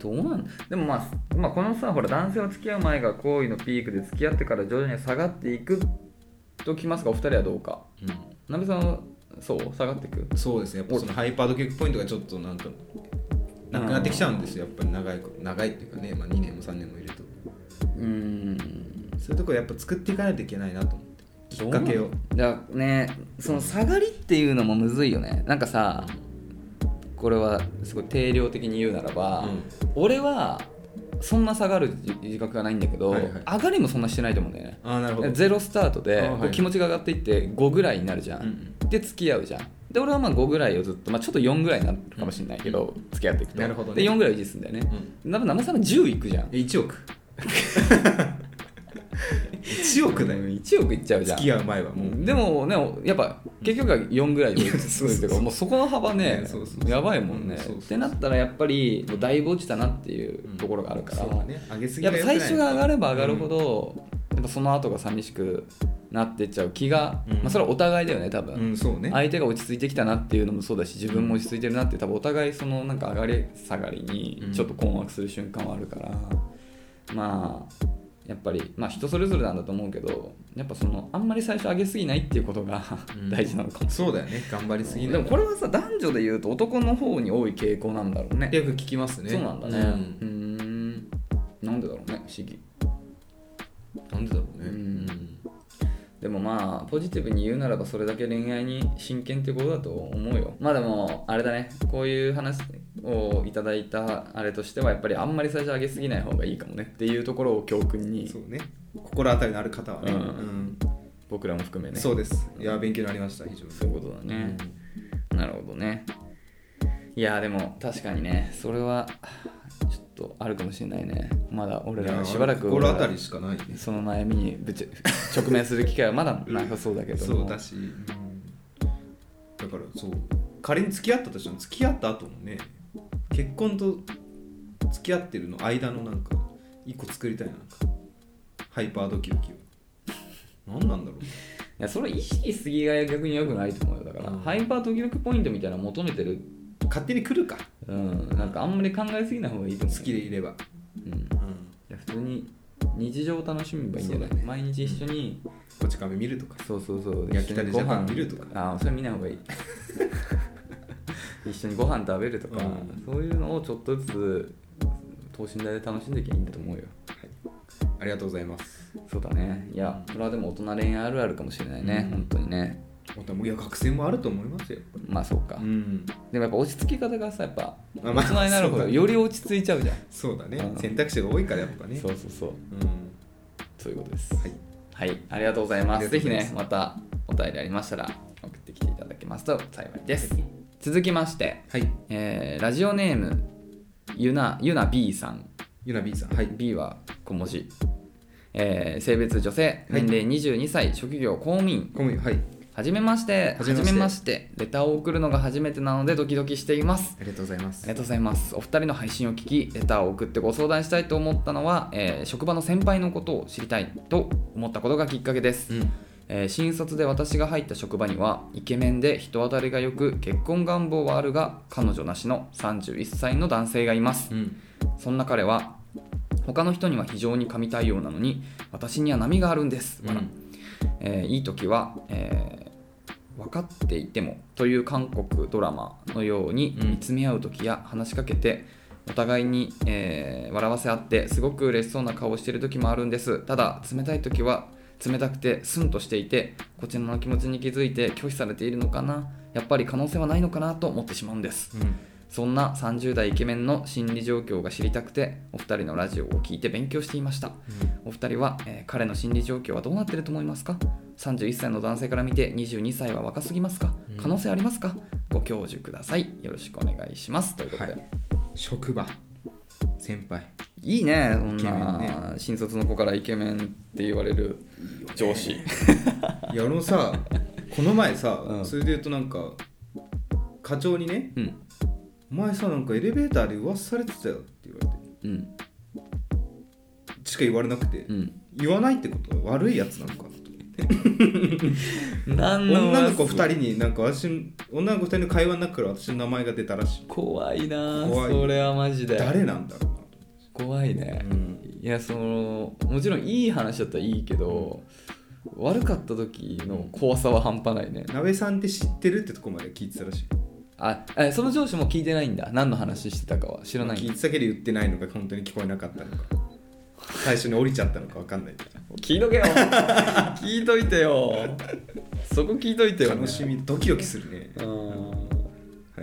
どうなんでも、まあ、まあこのさほら男性は付き合う前が行為のピークで付き合ってから徐々に下がっていくときますが、お二人はどうか。うん、なべさんはそう下がっていく。 そうですね、やっぱそのハイパードキックポイントがちょっとなんかなくなってきちゃうんですよ、やっぱり長い長いっていうかね、まあ、にねんもさんねんもいると、うーんそういうところやっぱ作っていかないといけないなと思って、きっかけを。 だからね、その下がりっていうのもむずいよね。なんかさ、これはすごい定量的に言うならば、うん、俺はそんな下がる自覚がないんだけど、はいはい、上がりもそんなしてないと思うんだよね。 あ、なるほど。 ゼロスタートでこう気持ちが上がっていってごぐらいになるじゃん、うんうん、で付き合うじゃん。で俺はまあごぐらいをずっと、まあ、ちょっとよんぐらいになるかもしれないけど、うん、付き合っていくと。 なるほど、ね、 でよんぐらい維持するんだよね、うん、だから生さんはじゅういくじゃん。 いちおくいちおくだよ。 いちおくいっちゃうじゃん、 付き合う前はもう。 でもね、やっぱ結局はよんぐらいでそうそうそう、もうそこの幅ね、そうそうそう、やばいもんね。そうそうそうってなったらやっぱりだいぶ落ちたなっていうところがあるから、うん、そうね、上げすぎが良くない。やっぱ最初が上がれば上がるほど、うん、やっぱその後が寂しくなってっちゃう気が、うん、まあ、それはお互いだよね多分、うん、そうね、相手が落ち着いてきたなっていうのもそうだし、自分も落ち着いてるなって多分お互いそのなんか上がり下がりにちょっと困惑する瞬間はあるから、うん、まあやっぱり、まあ、人それぞれなんだと思うけど、やっぱそのあんまり最初上げすぎないっていうことが大事なのかも、 うん、そうだよね、頑張りすぎない。 でもこれはさ、男女で言うと男の方に多い傾向なんだろうね。 よく聞きますね。 そうなんだね、うん、うーん、なんでだろうね、不思議。 なんでだろうね、うん、 でもまあポジティブに言うならばそれだけ恋愛に真剣ってことだと思うよ。まあでもあれだね、こういう話をいただいたあれとしては、やっぱりあんまり最初上げすぎない方がいいかもねっていうところを教訓に。 そうね、心当たりのある方はね、うんうん、 僕らも含めね。 そうです。いや勉強になりました、非常に。 そういうことだね、うん、なるほどね。いやでも確かにね、それはちょっとあるかもしれないね。まだ俺らしばらく心当たりしかない、ね、 その悩みにぶち直面する機会はまだなさそうだけどそうだし、うん、だからそう、仮に付き合ったとしても付き合った後もね、結婚と付き合ってるの間のなんか一個作りたいな、なんかハイパードキドキを何なんだろう。いやそれ意識しすぎが逆に良くないと思うよ。だから、うん、ハイパードキドキポイントみたいなの求めてる、 勝手に来るか、 うん、なんかあんまり考えすぎない方がいいと思う。 好きでいれば、 うんうん、いや普通に日常を楽しめばいいんじゃない、ね、毎日一緒にこち亀見るとか、 そうそうそう、 焼きたてジャパン見るとか、 ああそれ見ない方がいい一緒にご飯食べるとか、うん、そういうのをちょっとずつ等身大で楽しんでいけばいいんだと思うよ、 はい、ありがとうございます。 そうだね、いやこれはでも大人恋愛あるあるかもしれないね、うん、本当にね。 いや学生もあると思いますよ。 まあそうか、うん、でもやっぱ落ち着き方がさ、やっぱ大人になるほどより落ち着いちゃうじゃん。 そうだね、うん、選択肢が多いからやっぱね。 そうそうそう、うん、そういうことです。はい、はい、ありがとうございます。ぜひねまたお便りありましたら送ってきていただけますと幸いです。はい、続きまして、はい、えー、ラジオネームゆなゆな B さん。 ゆな B さん、はい、 B は小文字、えー、性別女性、年齢にじゅうにさい、職業公務員。 公務員、はい。 はじめまして。はじめまして。レターを送るのが初めてなのでドキドキしています。 ありがとうございます。 ありがとうございます。お二人の配信を聞き、レターを送ってご相談したいと思ったのは、えー、職場の先輩のことを知りたいと思ったことがきっかけです。うん、えー、新卒で私が入った職場にはイケメンで人当たりが良く、結婚願望はあるが彼女なしのさんじゅういっさいの男性がいます。うん、そんな彼は他の人には非常に神対応なのに私には波があるんです。うん、えー、いい時は、えー分かっていてもという韓国ドラマのように見つめ合う時や話しかけてお互いに、えー、笑わせ合ってすごく嬉しそうな顔をしている時もあるんです。ただ冷たい時は冷たくてスンとしていて、こちらの気持ちに気づいて拒否されているのかな、やっぱり可能性はないのかなと思ってしまうんです。うん、そんなさんじゅう代イケメンの心理状況が知りたくてお二人のラジオを聞いて勉強していました。うん、お二人は、えー、彼の心理状況はどうなっていると思いますか？さんじゅういっさいの男性から見てにじゅうにさいは若すぎますか？可能性ありますか？ご教授ください。よろしくお願いします。ということで、はい、 職場先輩いいね、そんな、ね、新卒の子からイケメンって言われる上司。いや俺もさこの前さ、うん、それで言うとなんか課長にね、うん、お前さなんかエレベーターで噂されてたよって言われて、うん、しか言われなくて、うん、言わないってことは悪いやつなのかなと思って何の女の子ふたりになんか私女の子ふたりの会話の中から私の名前が出たらしい。 怖いな。怖い。それはマジで誰なんだろうな。 怖いね、 うん、 いやそのもちろんいい話だったらいいけど、悪かった時の怖さは半端ないね。 鍋さんって知ってるってとこまで聞いてたらしい。 あえその上司も聞いてないんだ。何の話してたかは知らないんだ。 聞いてたけど言ってないのか本当に聞こえなかったのか最初に降りちゃったのか分かんないけど聞いとけよ聞いといてよそこ聞いといてよ、ね、 楽しみドキドキするね。 うん、 はい、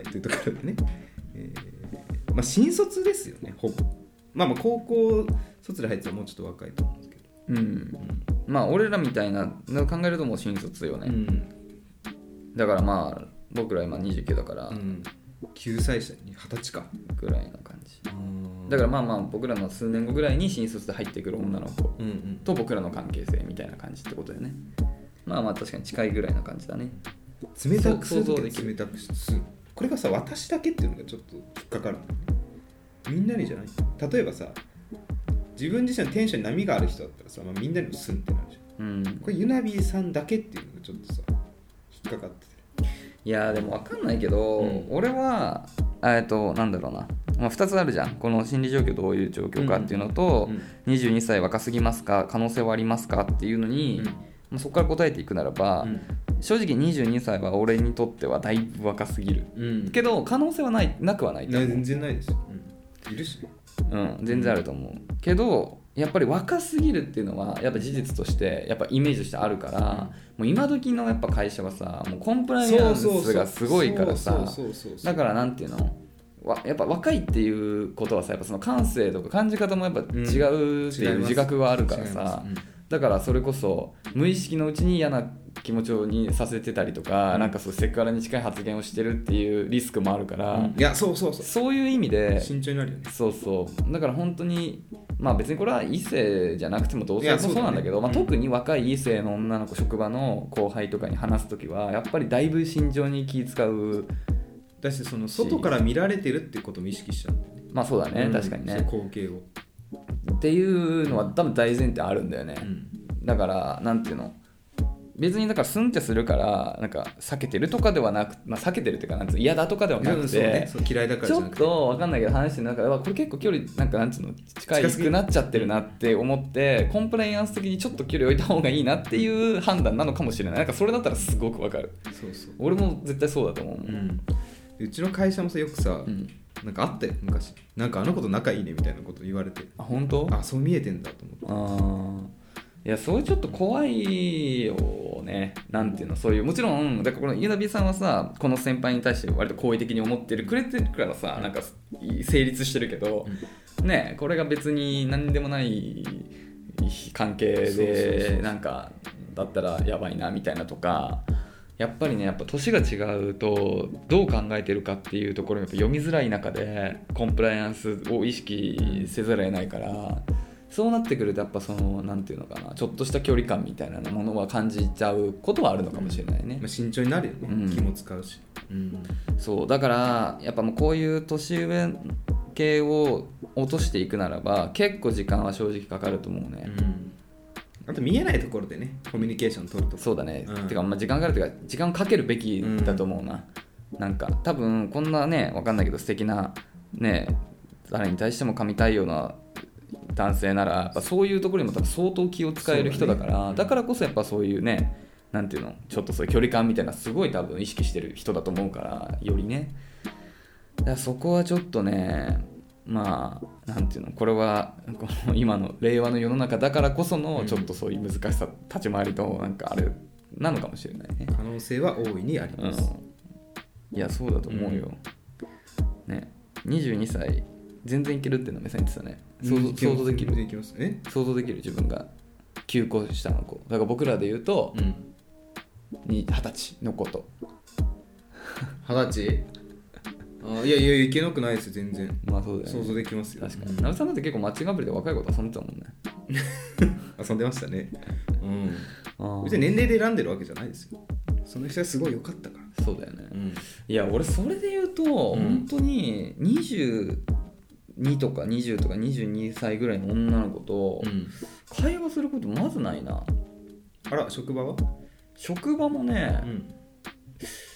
というところでね、えーまあ、新卒ですよねほぼ。まあまあ高校卒で入ってたらもうちょっと若いと思うんですけど、 うん、うん、まあ俺らみたいなの考えるともう新卒よね、うん、だからまあ僕ら今にじゅうきゅうだから、うん、 きゅうさい差にはたちかぐらいな感じ。だからまあまあ僕らの数年後ぐらいに新卒で入ってくる女の子と僕らの関係性みたいな感じってことだよね。まあまあ確かに近いぐらいな感じだね。 冷たくするとき冷たくする。これがさ私だけっていうのがちょっと引っかかる。みんなにじゃない。例えばさ自分自身のテンションに波がある人だったらさ、まあ、みんなにもスンってなるじゃん、うん、これユナビーさんだけっていうのがちょっとさ引っかかってて。 いやでも分かんないけど、うん、俺はえっとなんだろうな、まあ、ふたつあるじゃん。この心理状況どういう状況かっていうのと、うんうん、にじゅうにさい若すぎますか可能性はありますかっていうのに、うんまあ、そこから答えていくならば、うん、正直にじゅうにさいは俺にとってはだいぶ若すぎる、うん、けど可能性はないなくはないと思う。 全然ないですよ、うん、いるしね、 うん、全然あると思うけどやっぱり若すぎるっていうのはやっぱ事実としてやっぱイメージとしてあるから、うん、もう今時のやっぱ会社はさもうコンプライアンスがすごいからさ、だからなんていうのやっぱ若いっていうことはさやっぱその感性とか感じ方もやっぱ違うっていう自覚があるからさ、うん、だからそれこそ無意識のうちに嫌な気持ちにさせてたりとか、うん、なんかそうセクハラに近い発言をしてるっていうリスクもあるから、うん、 いやそうそうそうそういう意味で慎重になるよね。 そうそうだから本当にまあ別にこれは異性じゃなくても同性もそうなんだけど、ねまあ、特に若い異性の女の子職場の後輩とかに話すときはやっぱりだいぶ慎重に気使う。 だしその外から見られてるってことも意識しちゃうんだよね。 まあそうだね、うん、確かにね光景をっていうのは多分大前提あるんだよね、うん、だからなんていうの別にだからスンってするからなんか避けてるとかではなく、まあ、避けてるっていうかなんつう嫌だとかではなくて、そうね、そう嫌いだからじゃなくてちょっと分かんないけど話してる中ではこれ結構距離なんかなんつうの近いくなっちゃってるなって思ってコンプライアンス的にちょっと距離置いた方がいいなっていう判断なのかもしれない。なんかそれだったらすごく分かる。そうそう俺も絶対そうだと思う、うんうちの会社もさよくさ、うん、なんかあったよ昔なんかあの子と仲いいねみたいなこと言われてあ本当あそう見えてんだと思って。 あいやそれちょっと怖いよね。なんていうのそういうもちろんだからこのユナビさんはさこの先輩に対して割と好意的に思ってるくれてるからさなんか成立してるけど、うん、ねこれが別に何でもない関係でなんかだったらやばいなみたいなとかやっぱりねやっぱ年が違うとどう考えてるかっていうところが読みづらい中でコンプライアンスを意識せざるを得ないからそうなってくるとやっぱそのなんていうのかなちょっとした距離感みたいなものは感じちゃうことはあるのかもしれないね、 まあ、慎重になるよね、うん、気も使うし、 うん、そうだからやっぱもうこういう年上系を落としていくならば結構時間は正直かかると思うね、うんあと見えないところでねコミュニケーション取るとかそうだね、うん、てかまあ時間かかるというか時間かけるべきだと思うな、うん、なんか多分こんなねわかんないけど素敵なね誰に対しても神対応な男性ならやっぱそういうところにも多分相当気を使える人だからだ、ね、だからこそやっぱそういうねなんていうのちょっとそういう距離感みたいなすごい多分意識してる人だと思うからよりねだからそこはちょっとねまあなんていうのこれはこの今の令和の世の中だからこそのちょっとそういう難しさ、うん、立ち回りとなんかあれなのかもしれないね。 可能性は大いにあります、 うん、いやそうだと思うよ、うん、ねにじゅうにさい全然いけるっての目線言ってたね。想像、想像できるできますえ想像できる自分がきゅうこ下の子だから僕らで言うと、うん、にはたちの子とはたちあいやいやいけなくないですよ全然。 まあそうだよね。 想像できますよ。 確かに。なべさんだって結構マッチングアプリで若い子と遊んでたもんね。 遊んでましたね。うん。別に年齢で選んでるわけじゃないですよ。その人はすごい良かったから。 そうだよね。うん、いや俺それで言うと、うん、本当ににじゅうにとかにじゅうとかにじゅうにさいぐらいの女の子と会話することまずないな。 あら職場は？ 職場もね。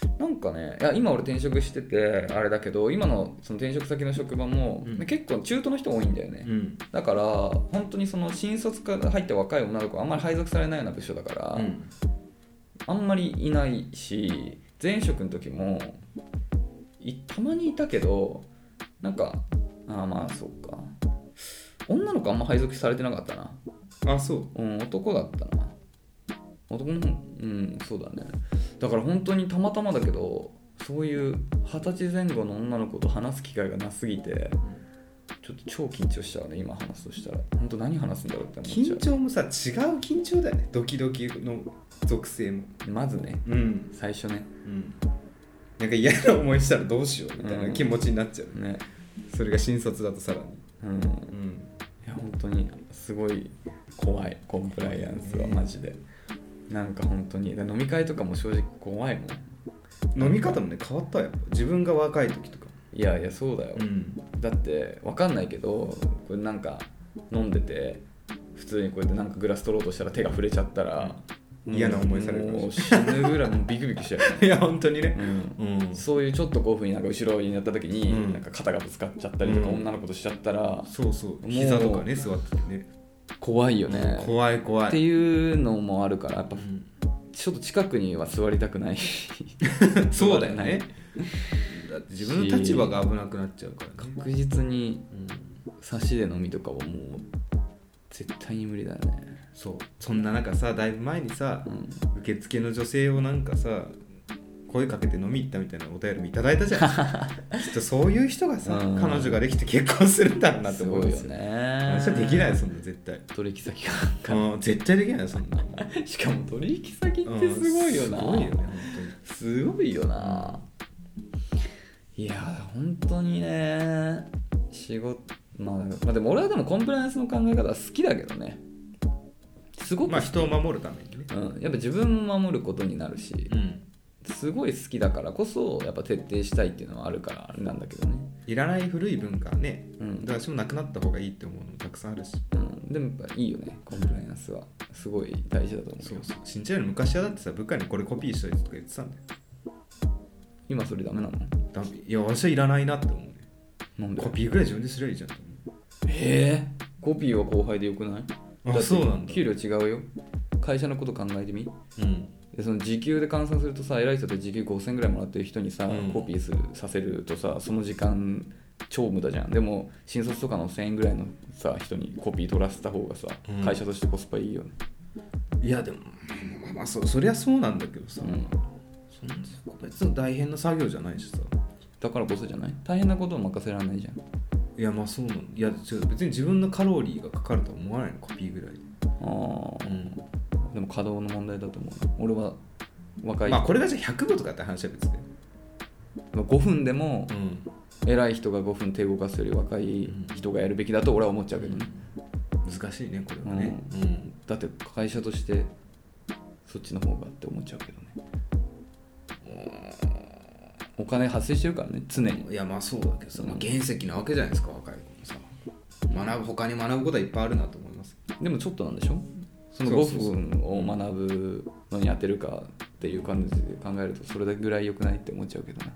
なんかね、いや今俺転職しててあれだけど、今のその転職先の職場も、うん、結構中途の人多いんだよね、うん、だから本当にその新卒から入った若い女の子はあんまり配属されないような部署だから、うん、あんまりいないし、前職の時もいたまにいたけど、なんかああまあそうか、女の子あんま配属されてなかったな。 あ、そう、 うん、男だったな。男の、うん、そうだね。だから本当にたまたまだけど、そういう二十歳前後の女の子と話す機会がなすぎて、ちょっと超緊張しちゃうね、今話すとしたら。本当何話すんだろうって思っちゃう。 緊張もさ、違う緊張だよね、ドキドキの属性も。 まずね、 うん、 最初ね、 うん、なんか嫌な思いしたらどうしようみたいな気持ちになっちゃう、うん、ね。それが新卒だとさらに。うん、うん、いや本当にすごい怖い、コンプライアンスはマジで。なんか本当に飲み会とかも正直怖いもん。飲み方もね変わったよ、自分が若い時とか。 いやいやそうだよ、うん、だって分かんないけど、これなんか飲んでて普通にこうやってなんかグラス取ろうとしたら手が触れちゃったら嫌な思いされる、 もう死ぬぐらいもうビクビクしちゃういや本当にね、 うんうん、そういうちょっとこういう風になんか後ろになった時に、うん、なんか肩がぶつかっちゃったりとか、うん、女の子としちゃったら、 そうそう膝とかね座っててね怖いよね、 怖い怖いっていうのもあるから、やっぱ、うん、ちょっと近くには座りたくないそうだよねだって自分の立場が危なくなっちゃうから、 ね、確実に差しで飲みとかはもう絶対に無理だよね。 そう、そんな中さ、だいぶ前にさ、うん、受付の女性をなんかさ声かけて飲み行ったみたいなお便りもいただいたじゃんきっとそういう人がさ、うん、彼女ができて結婚するんだろうなって思うんですよ。 すごいよね。 私はできないよそんな絶対。 取引先が、うん、絶対できないよそんなしかも取引先ってすごいよな、うん、すごいよね本当にすごいよな、うん、いや本当にね仕事、まあ、まあでも俺はでもコンプライアンスの考え方は好きだけどね、すごく、 まあ、人を守るためにね、 うん、やっぱ自分も守ることになるし、うん、すごい好きだからこそやっぱ徹底したいっていうのはあるからあれなんだけどね。 いらない古い文化はね、うん、だから私もなくなった方がいいって思うのたくさんあるし、 うん、でもやっぱいいよね、コンプライアンスはすごい大事だと思う。 そうそう、信じられる。昔はだってさ、部下にこれコピーしたりとか言ってたんだよ。 今それダメなの？ ダメ。いや私はいらないなって思うね。 なんで？ コピーぐらい自分ですりゃいいじゃんと思う。 えー、コピーは後輩でよくない？ あ、そうなんだ。 給料違うよ。会社のこと考えてみ、うん、でその時給で換算するとさ、偉い人って時給ごせんえんぐらいもらってる人にさ、うん、コピーするさせるとさ、その時間超無駄じゃん。でも新卒とかのせんえんぐらいのさ人にコピー取らせた方がさ、うん、会社としてコスパいいよね。 いやでもまあまあ そ, そりゃそうなんだけどさ、うん、そんな別の大変な作業じゃないしさ。 だからこそじゃない？大変なことを任せられないじゃん。 いやまあそうなの。いや別に自分のカロリーがかかるとは思わないの、コピーぐらいで。ああ、うん、でも稼働の問題だと思う。俺は若い、 まあこれがじゃあひゃくぶとかって話は別で、 ごふんでも、うん、偉い人がごふん手動かすより若い人がやるべきだと俺は思っちゃうけどね、 うん、難しいねこれはね、 うんうん、だって会社としてそっちの方がって思っちゃうけどね。お金発生してるからね常に。 いやまあそうだけどさ、まあ、原石なわけじゃないですか若い子もさ。学ぶ他に学ぶことはいっぱいあるなと思います。 でもちょっとなんでしょ、そのごふんを学ぶのに当てるかっていう感じで考えるとそれぐらい良くないって思っちゃうけどな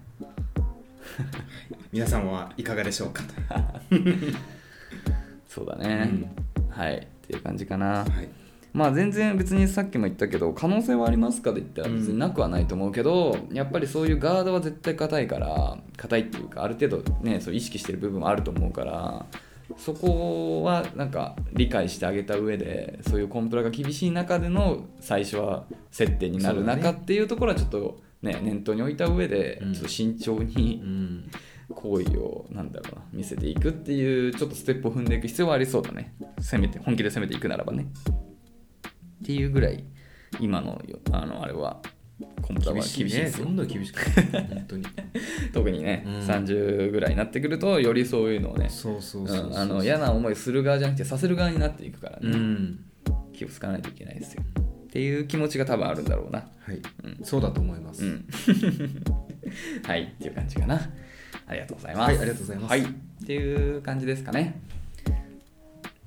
皆さんはいかがでしょうかとそうだね、うん、はいっていう感じかな、はい、まあ全然別にさっきも言ったけど可能性はありますかで言ったら別になくはないと思うけど、うん、やっぱりそういうガードは絶対硬いから硬いっていうかある程度ねそう意識してる部分はあると思うから、そこはなんか理解してあげた上で、そういうコンプラが厳しい中での最初は接点になる中っていうところはちょっとね念頭に置いた上でちょっと慎重に行為をなんだろうな見せていくっていうちょっとステップを踏んでいく必要はありそうだね。攻めて本気で攻めていくならばねっていうぐらい今のあのあれはコンプラは厳しいですよ。 どんどん厳しくなる本当に特にね、うん、さんじゅうぐらいになってくるとよりそういうのをね、 そうそうそうそう、 うん、あの嫌な思いする側じゃなくてさせる側になっていくからね、うん、気をつかないといけないですよっていう気持ちが多分あるんだろうな。 はい、うん、そうだと思います、うん、 はいっていう感じかな。ありがとうございます。 はい、ありがとうございます。 はい、っていう感じですかね。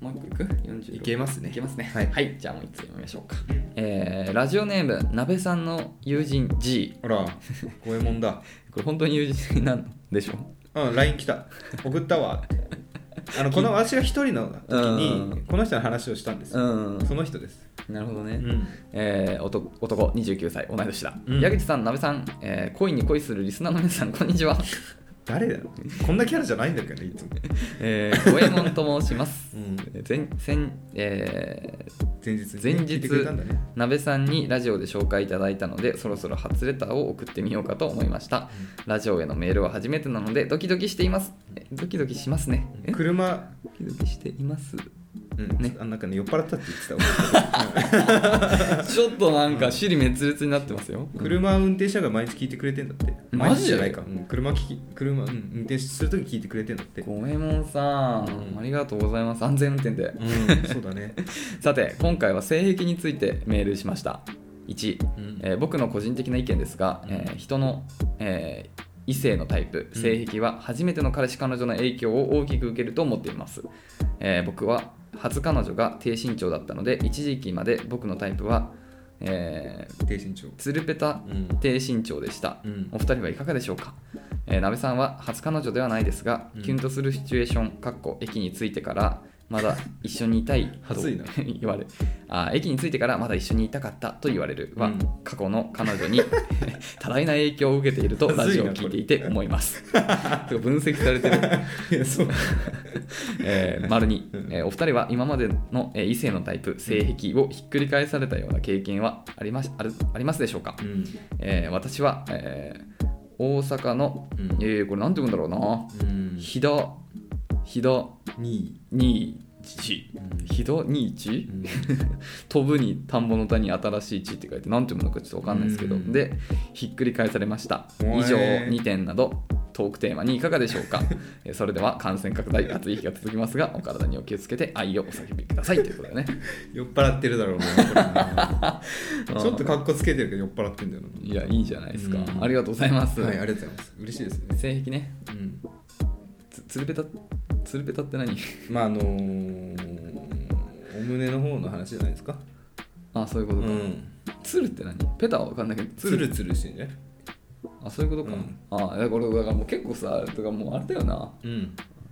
もう一個いく ?よんじゅうろくいけますねいけますね。 はい、 はい、じゃあもう一つ読みましょうか。えー、ラジオネーム、なべさんの友人 G。 あら、ごえもんだ。 これ本当に友人なんでしょう。 うん、ライン 来た。送ったわ。あのこの私が一人の時にこの人の話をしたんですよ、うん、その人です。 なるほどね、 うんえー、男, 男にじゅうきゅうさい同い年だ、 うん、 矢口さん、なべさん、えー、恋に恋するリスナーの皆さん、こんにちは。 誰だろう、こんなキャラじゃないんだけどね、いつも。 えー、五右衛門と申します、 うん、 前, 前, えー、 前日、ね、 前日、ね、なべさんにラジオで紹介いただいたので、そろそろ初レターを送ってみようかと思いました、うん、ラジオへのメールは初めてなのでドキドキしています。ドキドキしますね。 車ドキドキしていますうんね、あなんかね、酔っ払ったって言ってたちょっとなんか尻滅裂になってますよ。 車運転者が毎日聞いてくれてんだって。 マジじゃないか、うん、車聞き車、うん、運転するとき聞いてくれてんだって。 ごえもんさん、うん、ありがとうございます。安全運転で、 うん、そうだね。 さて今回は性癖についてメールしました。いち、うんえー、僕の個人的な意見ですが、えー、人の、えー異性のタイプ、性癖は初めての彼氏彼女の影響を大きく受けると思っています、えー、僕は初彼女が低身長だったので一時期まで僕のタイプは、えー、 低身長つるぺた低身長でした、うん、お二人はいかがでしょうか。えー、なべさんは初彼女ではないですが、うん、キュンとするシチュエーションかっこ駅に着いてからまだ一緒にいたいと言われあ駅に着いてからまだ一緒にいたかったと言われるは、うん、過去の彼女に多大な影響を受けているとラジオを聞いていて思います分析されてるいやそうえー、丸に、えー、お二人は今までの、えー、異性のタイプ性癖をひっくり返されたような経験はあります、あるありますでしょうか。うんえー、私は、えー、大阪の、うんえー、これなんて言うんだろうな、うん、飛騨飛騨にいち、飛騨にいち、うん、飛ぶに田んぼの田に新しい地って書いて何て読むのかちょっと分かんないですけど、うん、でひっくり返されました。以上にてんなどトークテーマにいかがでしょうかそれでは感染拡大暑い日が続きますがお体にお気をつけて愛をお叫びくださいということでね。 酔っ払ってるだろうねこれちょっとカッコつけてるけど酔っ払ってんだよな。 いやいいじゃないですか、うん、ありがとうございます。 はいありがとうございます。嬉しいですね。 性癖ね、うん、つ, つるべたつるべたって何まああのー、お胸の方の話じゃないですか。 あそういうことか、うん、つるって何ペタは分かんないけどつるつるしてんじゃない。 あそういうことか、うん、あだからだからもう結構さとかもうあれだよな、うん、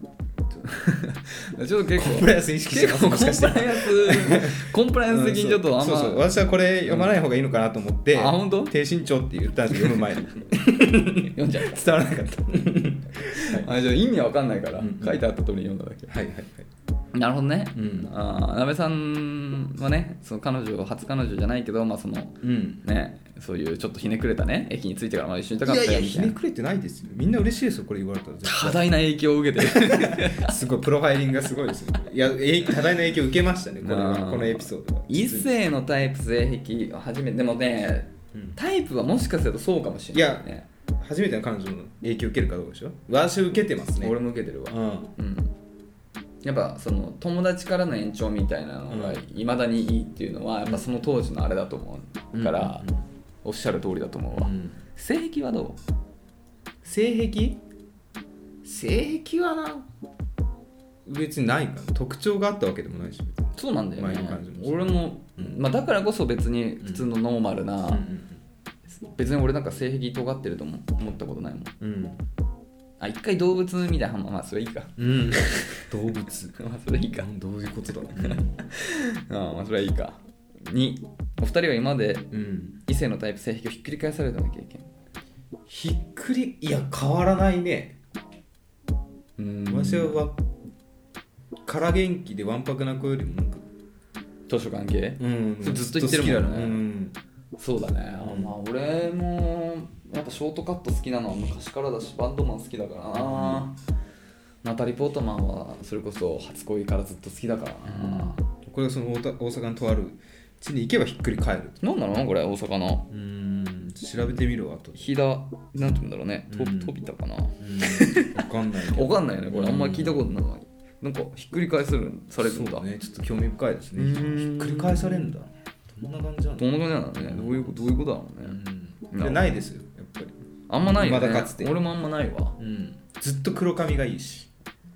ちょっと結構コンプライアンス意識してますもしかしてコンプライアンスコンプライアンス的にちょっとあんま、うん、そうそう私はこれ読まない方がいいのかなと思って、うん、 あ本当低身長って言ったんですよ読む前に読んじゃう伝わらなかったはい、あじゃあ意味わかんないから、うん、書いてあった通りに読んだだけ。 はいはいはいなるほどね、うん、あなべさんはねその彼女初彼女じゃないけど、まあそのうんね、そういうちょっとひねくれたね駅に着いてからまあ一緒にいたかったよみたいな。 いやいやひねくれてないですよ。みんな嬉しいですよこれ言われたら。 多大な影響を受けてるすごいプロファイリングがすごいですね。いや多大な影響を受けましたねこれはこのエピソードは。 異性のタイプ性癖初めてでもね、うん、タイプはもしかするとそうかもしれないね。 いや初めての彼女の影響を受けるかどうかでしょ。私受けてますね。 俺も受けてるわ。うん、うんやっぱその友達からの延長みたいなのがいまだにいいっていうのはやっぱその当時のあれだと思うから、うんうんうん、おっしゃる通りだと思うわ、うん、性癖はどう？ 性癖？性癖はな別にないかな。特徴があったわけでもないし。 そうなんだよね。俺も、うんまあ、だからこそ別に普通のノーマルな、うんうんうん、別に俺なんか性癖尖ってると思ったことないもん、うんあ一回動物みたいなまあそれいいか、うん、 動物まあそれいいかどういうことだろうあまあそれはいいか。にお二人は今まで異性のタイプ性癖をひっくり返されたような経験。 ひっくりいや変わらないね。うん私はから元気でわんぱくな子よりもなんか図書関係、うん、ずっと言ってるもんね、うん、そうだね、うん、まあ俺もやっぱショートカット好きなのは昔からだしバンドマン好きだからな、うん、ナタリー・ポートマンはそれこそ初恋からずっと好きだからな、うん、 これはその大阪のとある地に行けばひっくり返る。 なんなのこれ大阪のうーん調べてみるわと。 飛騨なんて言うんだろうねと飛びたかな分かんない分かんないよねこれあんまり聞いたことない。なんかひっくり返されるされるんだ。 そうねちょっと興味深いですね。ひっくり返されるんだ。どんな感じなの？ どんな感じなのね。どういうどういうことだろうね。 うん、ないですよやっぱり。 あんまないよね。 まだかつて。 俺もあんまないわ。 うん。ずっと黒髪がいいし。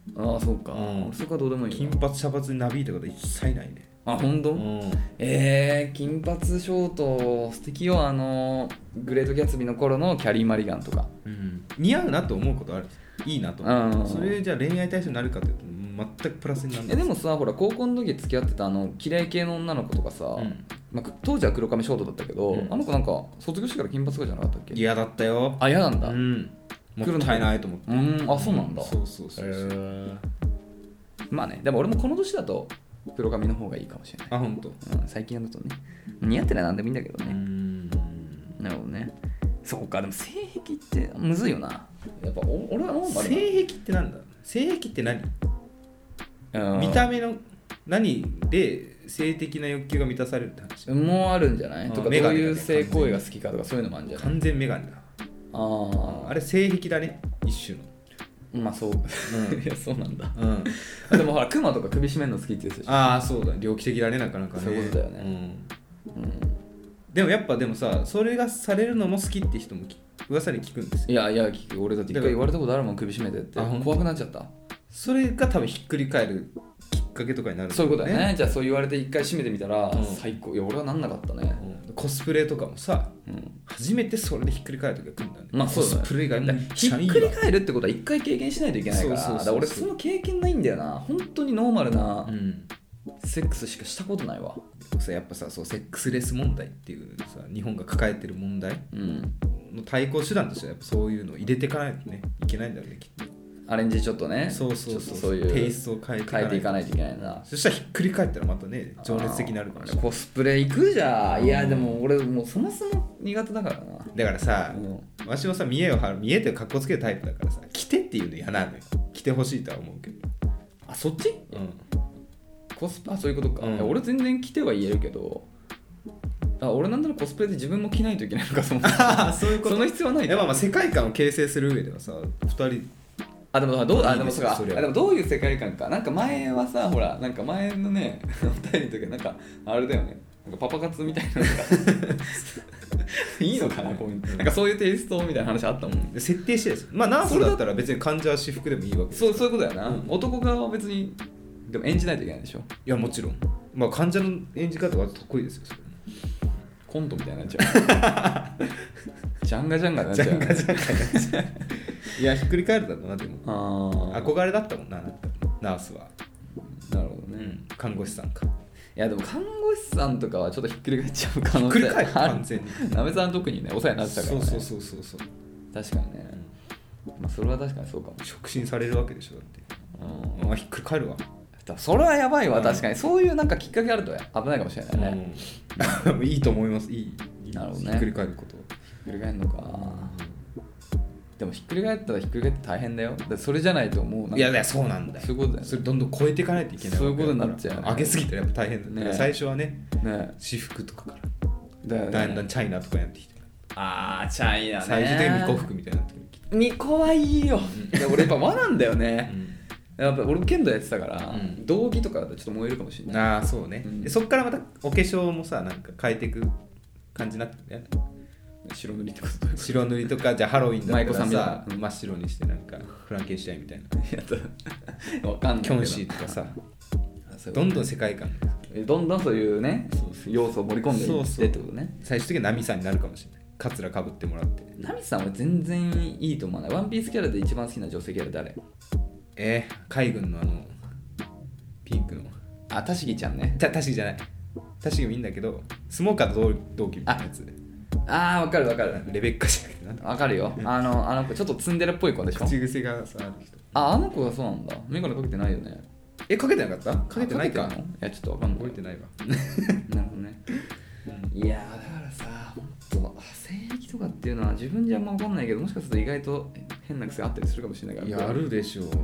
ああそうか、 うんそこはどうでもいいな。 金髪茶髪になびいたこと一切ないね。 あ本当、 うんえー、金髪ショート素敵よ。あのグレート・ギャツビーの頃のキャリー・マリガンとか。 うん似合うなと思うことある。いいなと思う。 うんそれじゃあ恋愛対象になるかというと全くプラスにならない。 えでもさほら高校の時付き合ってたあの綺麗系の女の子とかさ、 うんまあ、当時は黒髪ショートだったけど、 うんあの子なんか卒業してから金髪とかじゃなかったっけ？ 嫌だったよ。 あ嫌なんだ。 ううんんもったいないと思って。 んあそうなんだ。 そうそうそうそう。 へーまあねでも俺もこの年だと黒髪の方がいいかもしれない。 あ本当。 うん、最近だとね似合ってないなんでもいいんだけどうね、 んなるほどね。そうかでも性癖ってむずいよな。やっぱお俺はノーマルな性癖ってなんだ。性癖って何？ うん見た目の何で性的な欲求が満たされるって話。 もうあるんじゃないあとかどうメガネだねいう性行為が好きかとかそういうのもあるんじゃない？ 完全メガネだ。 ああれ性癖だね一種の。 あまあそう、 うんいやそうなんだ。 うん。 でもほらクマとか首絞めるの好きって言ってたでしょ。 ああそうだ猟奇的だねなかなかね。 そういうことだよねうんうん、 でもやっぱでもさそれがされるのも好きって人もき噂に聞くんですよ。 いやいや聞く俺だって一回言われたことあるもん首絞めてってあほんと怖くなっちゃった。 それが多分ひっくり返るきっかけとかになるんだそういうことだよね。 ね。 じゃあそう言われて一回締めてみたら、 うん最高。いや俺はなんなかったね、 うんコスプレとかもさうん、 初めてそれでひっくり返る時が来るんだね。 まあそうだねコスプレがめっひちゃいいわっくり返るってことは一回経験しないといけないから、 そうそうそうそうだから俺その経験ないんだよな。本当にノーマルなうんセックスしかしたことないわ。 さやっぱさそうセックスレス問題っていうさ日本が抱えてる問題うんの対抗手段としてはやっぱそういうのを入れていかないとねいけないんだよねきっと。 アレンジちょっとねそうそうそうちょっとそういうテイストを変えていかない変えていかないといけないな。 そしたらひっくり返ったらまたね情熱的になるかもしれない。 コスプレ行くじゃん。いやでも俺もうそもそも苦手だからな。 だからさ、 うんわしもさ見栄を張る見栄って格好つけるタイプだからさ着てっていうの嫌なのよ。着てほしいとは思うけど。 あそっちうんコスあそういうことか、 うんいや俺全然着ては言えるけどあ俺なんならコスプレで自分も着ないといけないのかそもそもああそういうことその必要はないいやまあまあ世界観を形成する上ではさふたりあでもどうあいいでもそうかですよそれはあでもどういう世界観かなんか前はさほらなんか前のねお便りの時はなんかあれだよねなんかパパ活みたいなのがいいのかなこういうのなんかそういうテイストみたいな話あったもん。 設定してですまあナースだったら別に患者は私服でもいいわけですそうそういうことだよな、 うん男側は別にでも演じないといけないでしょ。 いやもちろんまあ患者の演じ方は得意ですよそれコントみたいになっちゃうジャンガジャンガになっちゃうジャンガジャンガになっちゃういやひっくり返るだろうなでもあー憧れだったもんななんかナースは、 なるほどね、いうん、看護師さんかやでも看護師さんとかはちょっとひっくり返っちゃう可能性ひっくり返るある完全になべさん特にねお世話になってたからね。 そうそうそうそうそう確かにね、まあそれは確かにそうかも。 触診されるわけでしょだってうんあひっくり返るわそれはやばいわ、 うん確かにそういうなんかきっかけあると危ないかもしれないね、 うんいいと思いますいいいいなるほどねひっくり返ることひっくり返るのか、でもひっくり返ったらひっくり返って大変だよ。だってそれじゃないともうなんかいやいやそうなんだよそういうことだよねそれどんどん超えていかないといけないそういうことになっちゃうよね上げすぎたらやっぱ大変だねね最初はねね私服とかかだよねらだんだんチャイナとかやってきてあーチャイナね最終的に巫女服みたいになってくる巫女はいいよ、で俺やっぱ和なんだよね、やっぱ俺剣道やってたから、 うん道着とかだとちょっと燃えるかもしれない。 ああそうね、 うんでそっからまたお化粧もさなんか変えていく感じになってるね白塗りってことどういうこと白塗りとかじゃあハロウィンだった舞妓さらんみたいなさ真っ白にしてなんかフランケンシュタインみたいなやったわかんないけどキョンシーとかさあそういうことどんどん世界観どんどんそういうねそうそう要素を盛り込んでいっそうそうてってことね。 最終的にはナミさんになるかもしれないカツラかぶってもらってナミさんは全然いいと思わない。ワンピースキャラで一番好きな女性キャラ誰？ えー、海軍のあのピンクのあ、タシギちゃんね。 たタシギじゃないタシギもいいんだけどスモーカーと同同期みたいなやつあーわかるわかるレベッカじゃなくてなんだわかるよ。あのあの子ちょっとツンデレっぽい子でしょ。 口癖がさある人あ、あの子がそうなんだ。メガネかけてないよね。 えかけてなかったかけてないかかけてんの？いやちょっとわかんない。 覚えてないわなるほどね。いやーだからさ、ほんと性癖とかっていうのは自分じゃあんま分かんないけど、もしかすると意外と変な癖あったりするかもしれないから。 いやあるでしょうきっ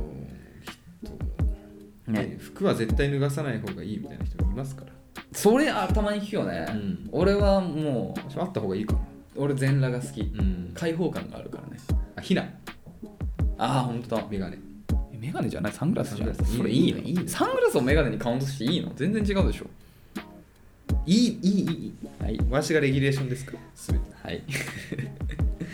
と、 ねね、服は絶対脱がさない方がいいみたいな人もいますからそれあたまに聞くよね、 うん俺はもう私はあった方がいいかな俺全裸が好き、 うん開放感があるからね。 あひなああほんとだ。 メガネえメガネじゃないサングラスじゃん。 サングラスそれいいのいいのサングラスをメガネにカウントしていいの？全然違うでしょ。 いいいいいいはいわしがレギュレーションですか全てはい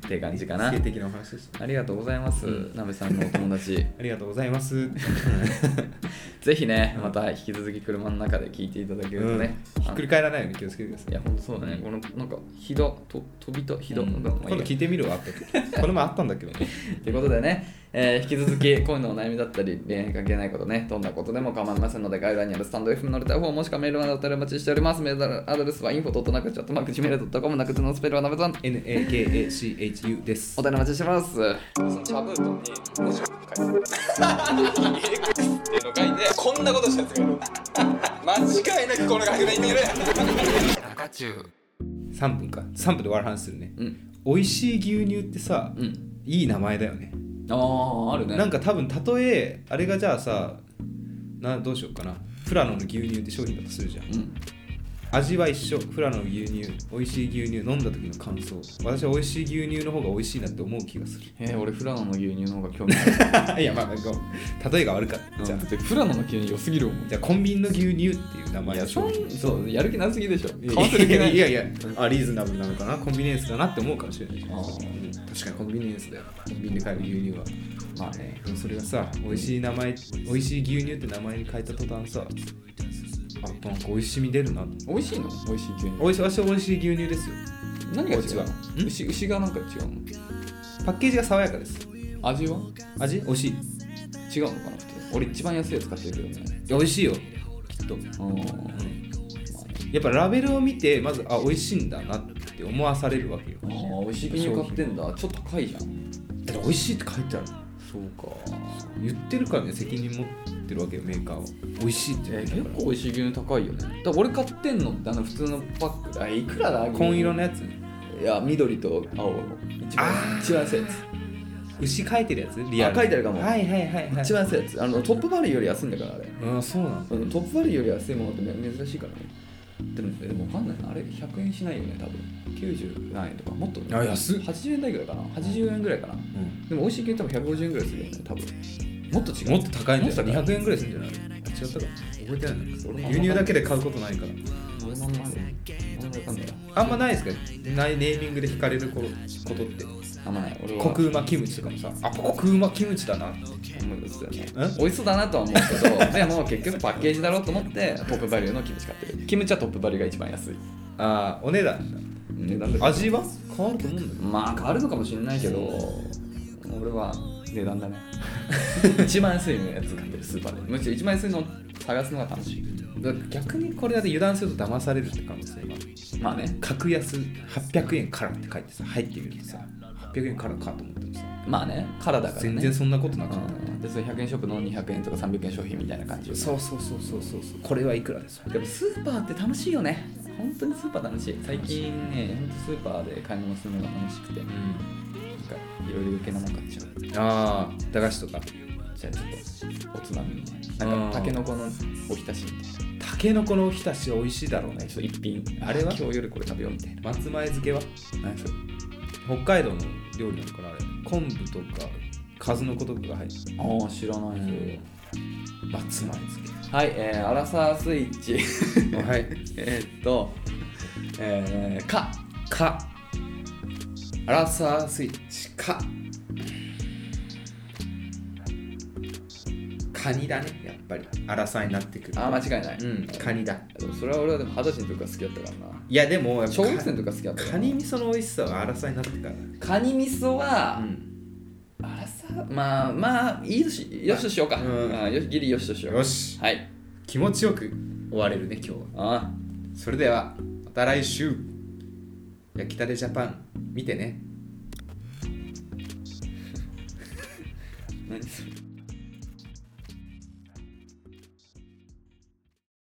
って感じかな。 性的なお話でした。 ありがとうございます、なべさんのお友達。 ありがとうございます。 ぜひね、また引き続き車の中で聞いていただけるとね、 うん、ひっくり返らないように気をつけてください。 いや、ほんとそうだね。このなんかひどと飛びとひど、うん、 今度聞いてみるわ。これもあったんだけどね。 ということでね、えー、引き続き恋のお悩みだったり恋愛に関係ないことね、どんなことでも構いませんので、概要欄にあるスタンド エフエム のレターフォームもしくはメールなどお待ちしております。メールアドレスは インフォ ドットナカチ アットマーク ジーメール ドットコム、 ナカチのスペルはなべさんエヌエーケーエーシーエイチユー です。 お便りお待ちしてます。その茶封筒に文字を書いてエックスっていうの書いて、こんなことしたやつがいる。間違いなくこの学年にいる。中中さんぷんか、さんぷんで終わる話するね、うん、美味しい牛乳ってさ、うん、いい名前だよね。 ああ、あるね。 なんか多分例えあれがじゃあさな、どうしようかな、フラノの牛乳って商品だとするじゃん、うん、味は一緒、フラノの牛乳、美味しい牛乳飲んだ時の感想、私は美味しい牛乳の方が美味しいなって思う気がする。 へえ、俺フラノの牛乳の方が興味ある。 いや、まあ例えが悪かった、うん、じゃあフラノの牛乳良すぎるもん。 じゃあコンビニの牛乳っていう名前。 いや、そうそうやる気なすぎでしょ。 いやいやいや、あ、リーズナブルなのかな、コンビニエンスだなって思うかもしれない。あ、確かにコンビニエンスだよ、コンビニで買える牛乳は。まあね、それがさ、美味しい名前、美味しい牛乳って名前に変えた途端さ、あ、なんか美味しみ出るな。 美味しいの？美味しい牛乳。 美味しい、私は美味しい牛乳ですよ。 何が違うの？牛、牛がなんか違うの？ パッケージが爽やかです。 味は？ 味？美味しい。 違うのかな？俺一番安いやつ買ってるけどね。 いや、美味しいよ、きっと。うん、やっぱラベルを見て、まず、あ、美味しいんだなって思わされるわけよ。 ああ、美味しい牛乳買ってんだ。ちょっと高いじゃん。 だって美味しいって書いてある。 そうか。 言ってるからね、責任持ってるわけよ、メーカーは。美味しいって言ってるから。結構美味しい牛乳高いよね。だから俺買ってんのってあの普通のパックで、あ、いくらだ？ 紺色のやつ？ いや、緑と青の一番一番安いやつ。 牛書いてるやつ？リアル。 あ、書いてるかも。 はいはいはい、はい。 一番安いやつ。あのトップバリューより安いんだからあれ。 ああ、そうなの、 うん。トップバリューより安いものって珍しいからね。でも、でも分かんないな。あれひゃくえんしないよね、多分。きゅうじゅう何円とか、もっと。 あ、安っ。 はちじゅうえん台ぐらいかな。はちじゅうえんぐらいかな。うん、でも美味しい牛乳多分ひゃくごじゅうえんぐらいするよね、多分。もっと違う。 もっと高いんだよ。にひゃくえんぐらいするんじゃない？違ったか。覚えてないの？牛乳だけで買うことないから。 俺もあんまりあんまないですか？ないネーミングで惹かれることって。 あんまない。俺はコクうまキムチとかもさ、あ、コクうまキムチだなって思うんですよね。美味しそうだなとは思うけど、でも結局パッケージだろうと思ってトップバリューのキムチ買ってる。キムチはトップバリューが一番安い。 ああ、お値段だ。 値段で味は変わると思うんだよ。 まあ変わるのかもしれないけど、俺は値段だね。一番安いのやつ買ってる、スーパーで。むしろ一番安いのを探すのが楽しい。 だ逆にこれだと油断すると騙されるって可能性が。 まあね、 格安はっぴゃくえんからって書いてさ、入ってみるとさ、はっぴゃくえんからかと思ってもさ、 まあね、からだからね。 全然そんなことなかった、 うん、でそれひゃくえんショップのにひゃくえんとかさんびゃくえん商品みたいな感じ。 そうそうそうそうそう、これはいくらです。 でもスーパーって楽しいよね。本当にスーパー楽しい。最近ね、本当スーパーで買い物するのが楽しくて、うん、なんかいろいろ余計なもん買っちゃう。 ああ、駄菓子とか。 じゃあちょっとおつまみみたいな。なんかタケノコのおひたしみたいな。 タケノコのおひたし美味しいだろうね。 そう、一品。 あれは今日夜これ食べようみたいな。 松前漬けは何それ？北海道の料理なのかなあれ。昆布とか数の子とかが入ってる。 ああ、知らないね。 松前漬け。 はい、えー、アラサースイッチ。 はい。 えーっと、えー、か。 か。アラサースイッチか。カニだね、やっぱり。アラサーになってくる。 ああ、間違いない。 うん、カニだ。 でもそれは俺はでも二十歳の時から好きだったからな。 いやでも小学生の時から好きだったから。 カニ味噌の美味しさはアラサーになってから。 カニ味噌は、うん、アラサー、まあまあいいとしよしとしようか。うん、あよしギリよしとしよう。 よし。 はい。 気持ちよく終われるね今日は。ああ。それではまた来週。焼きたてジャパン見てね。 何それ。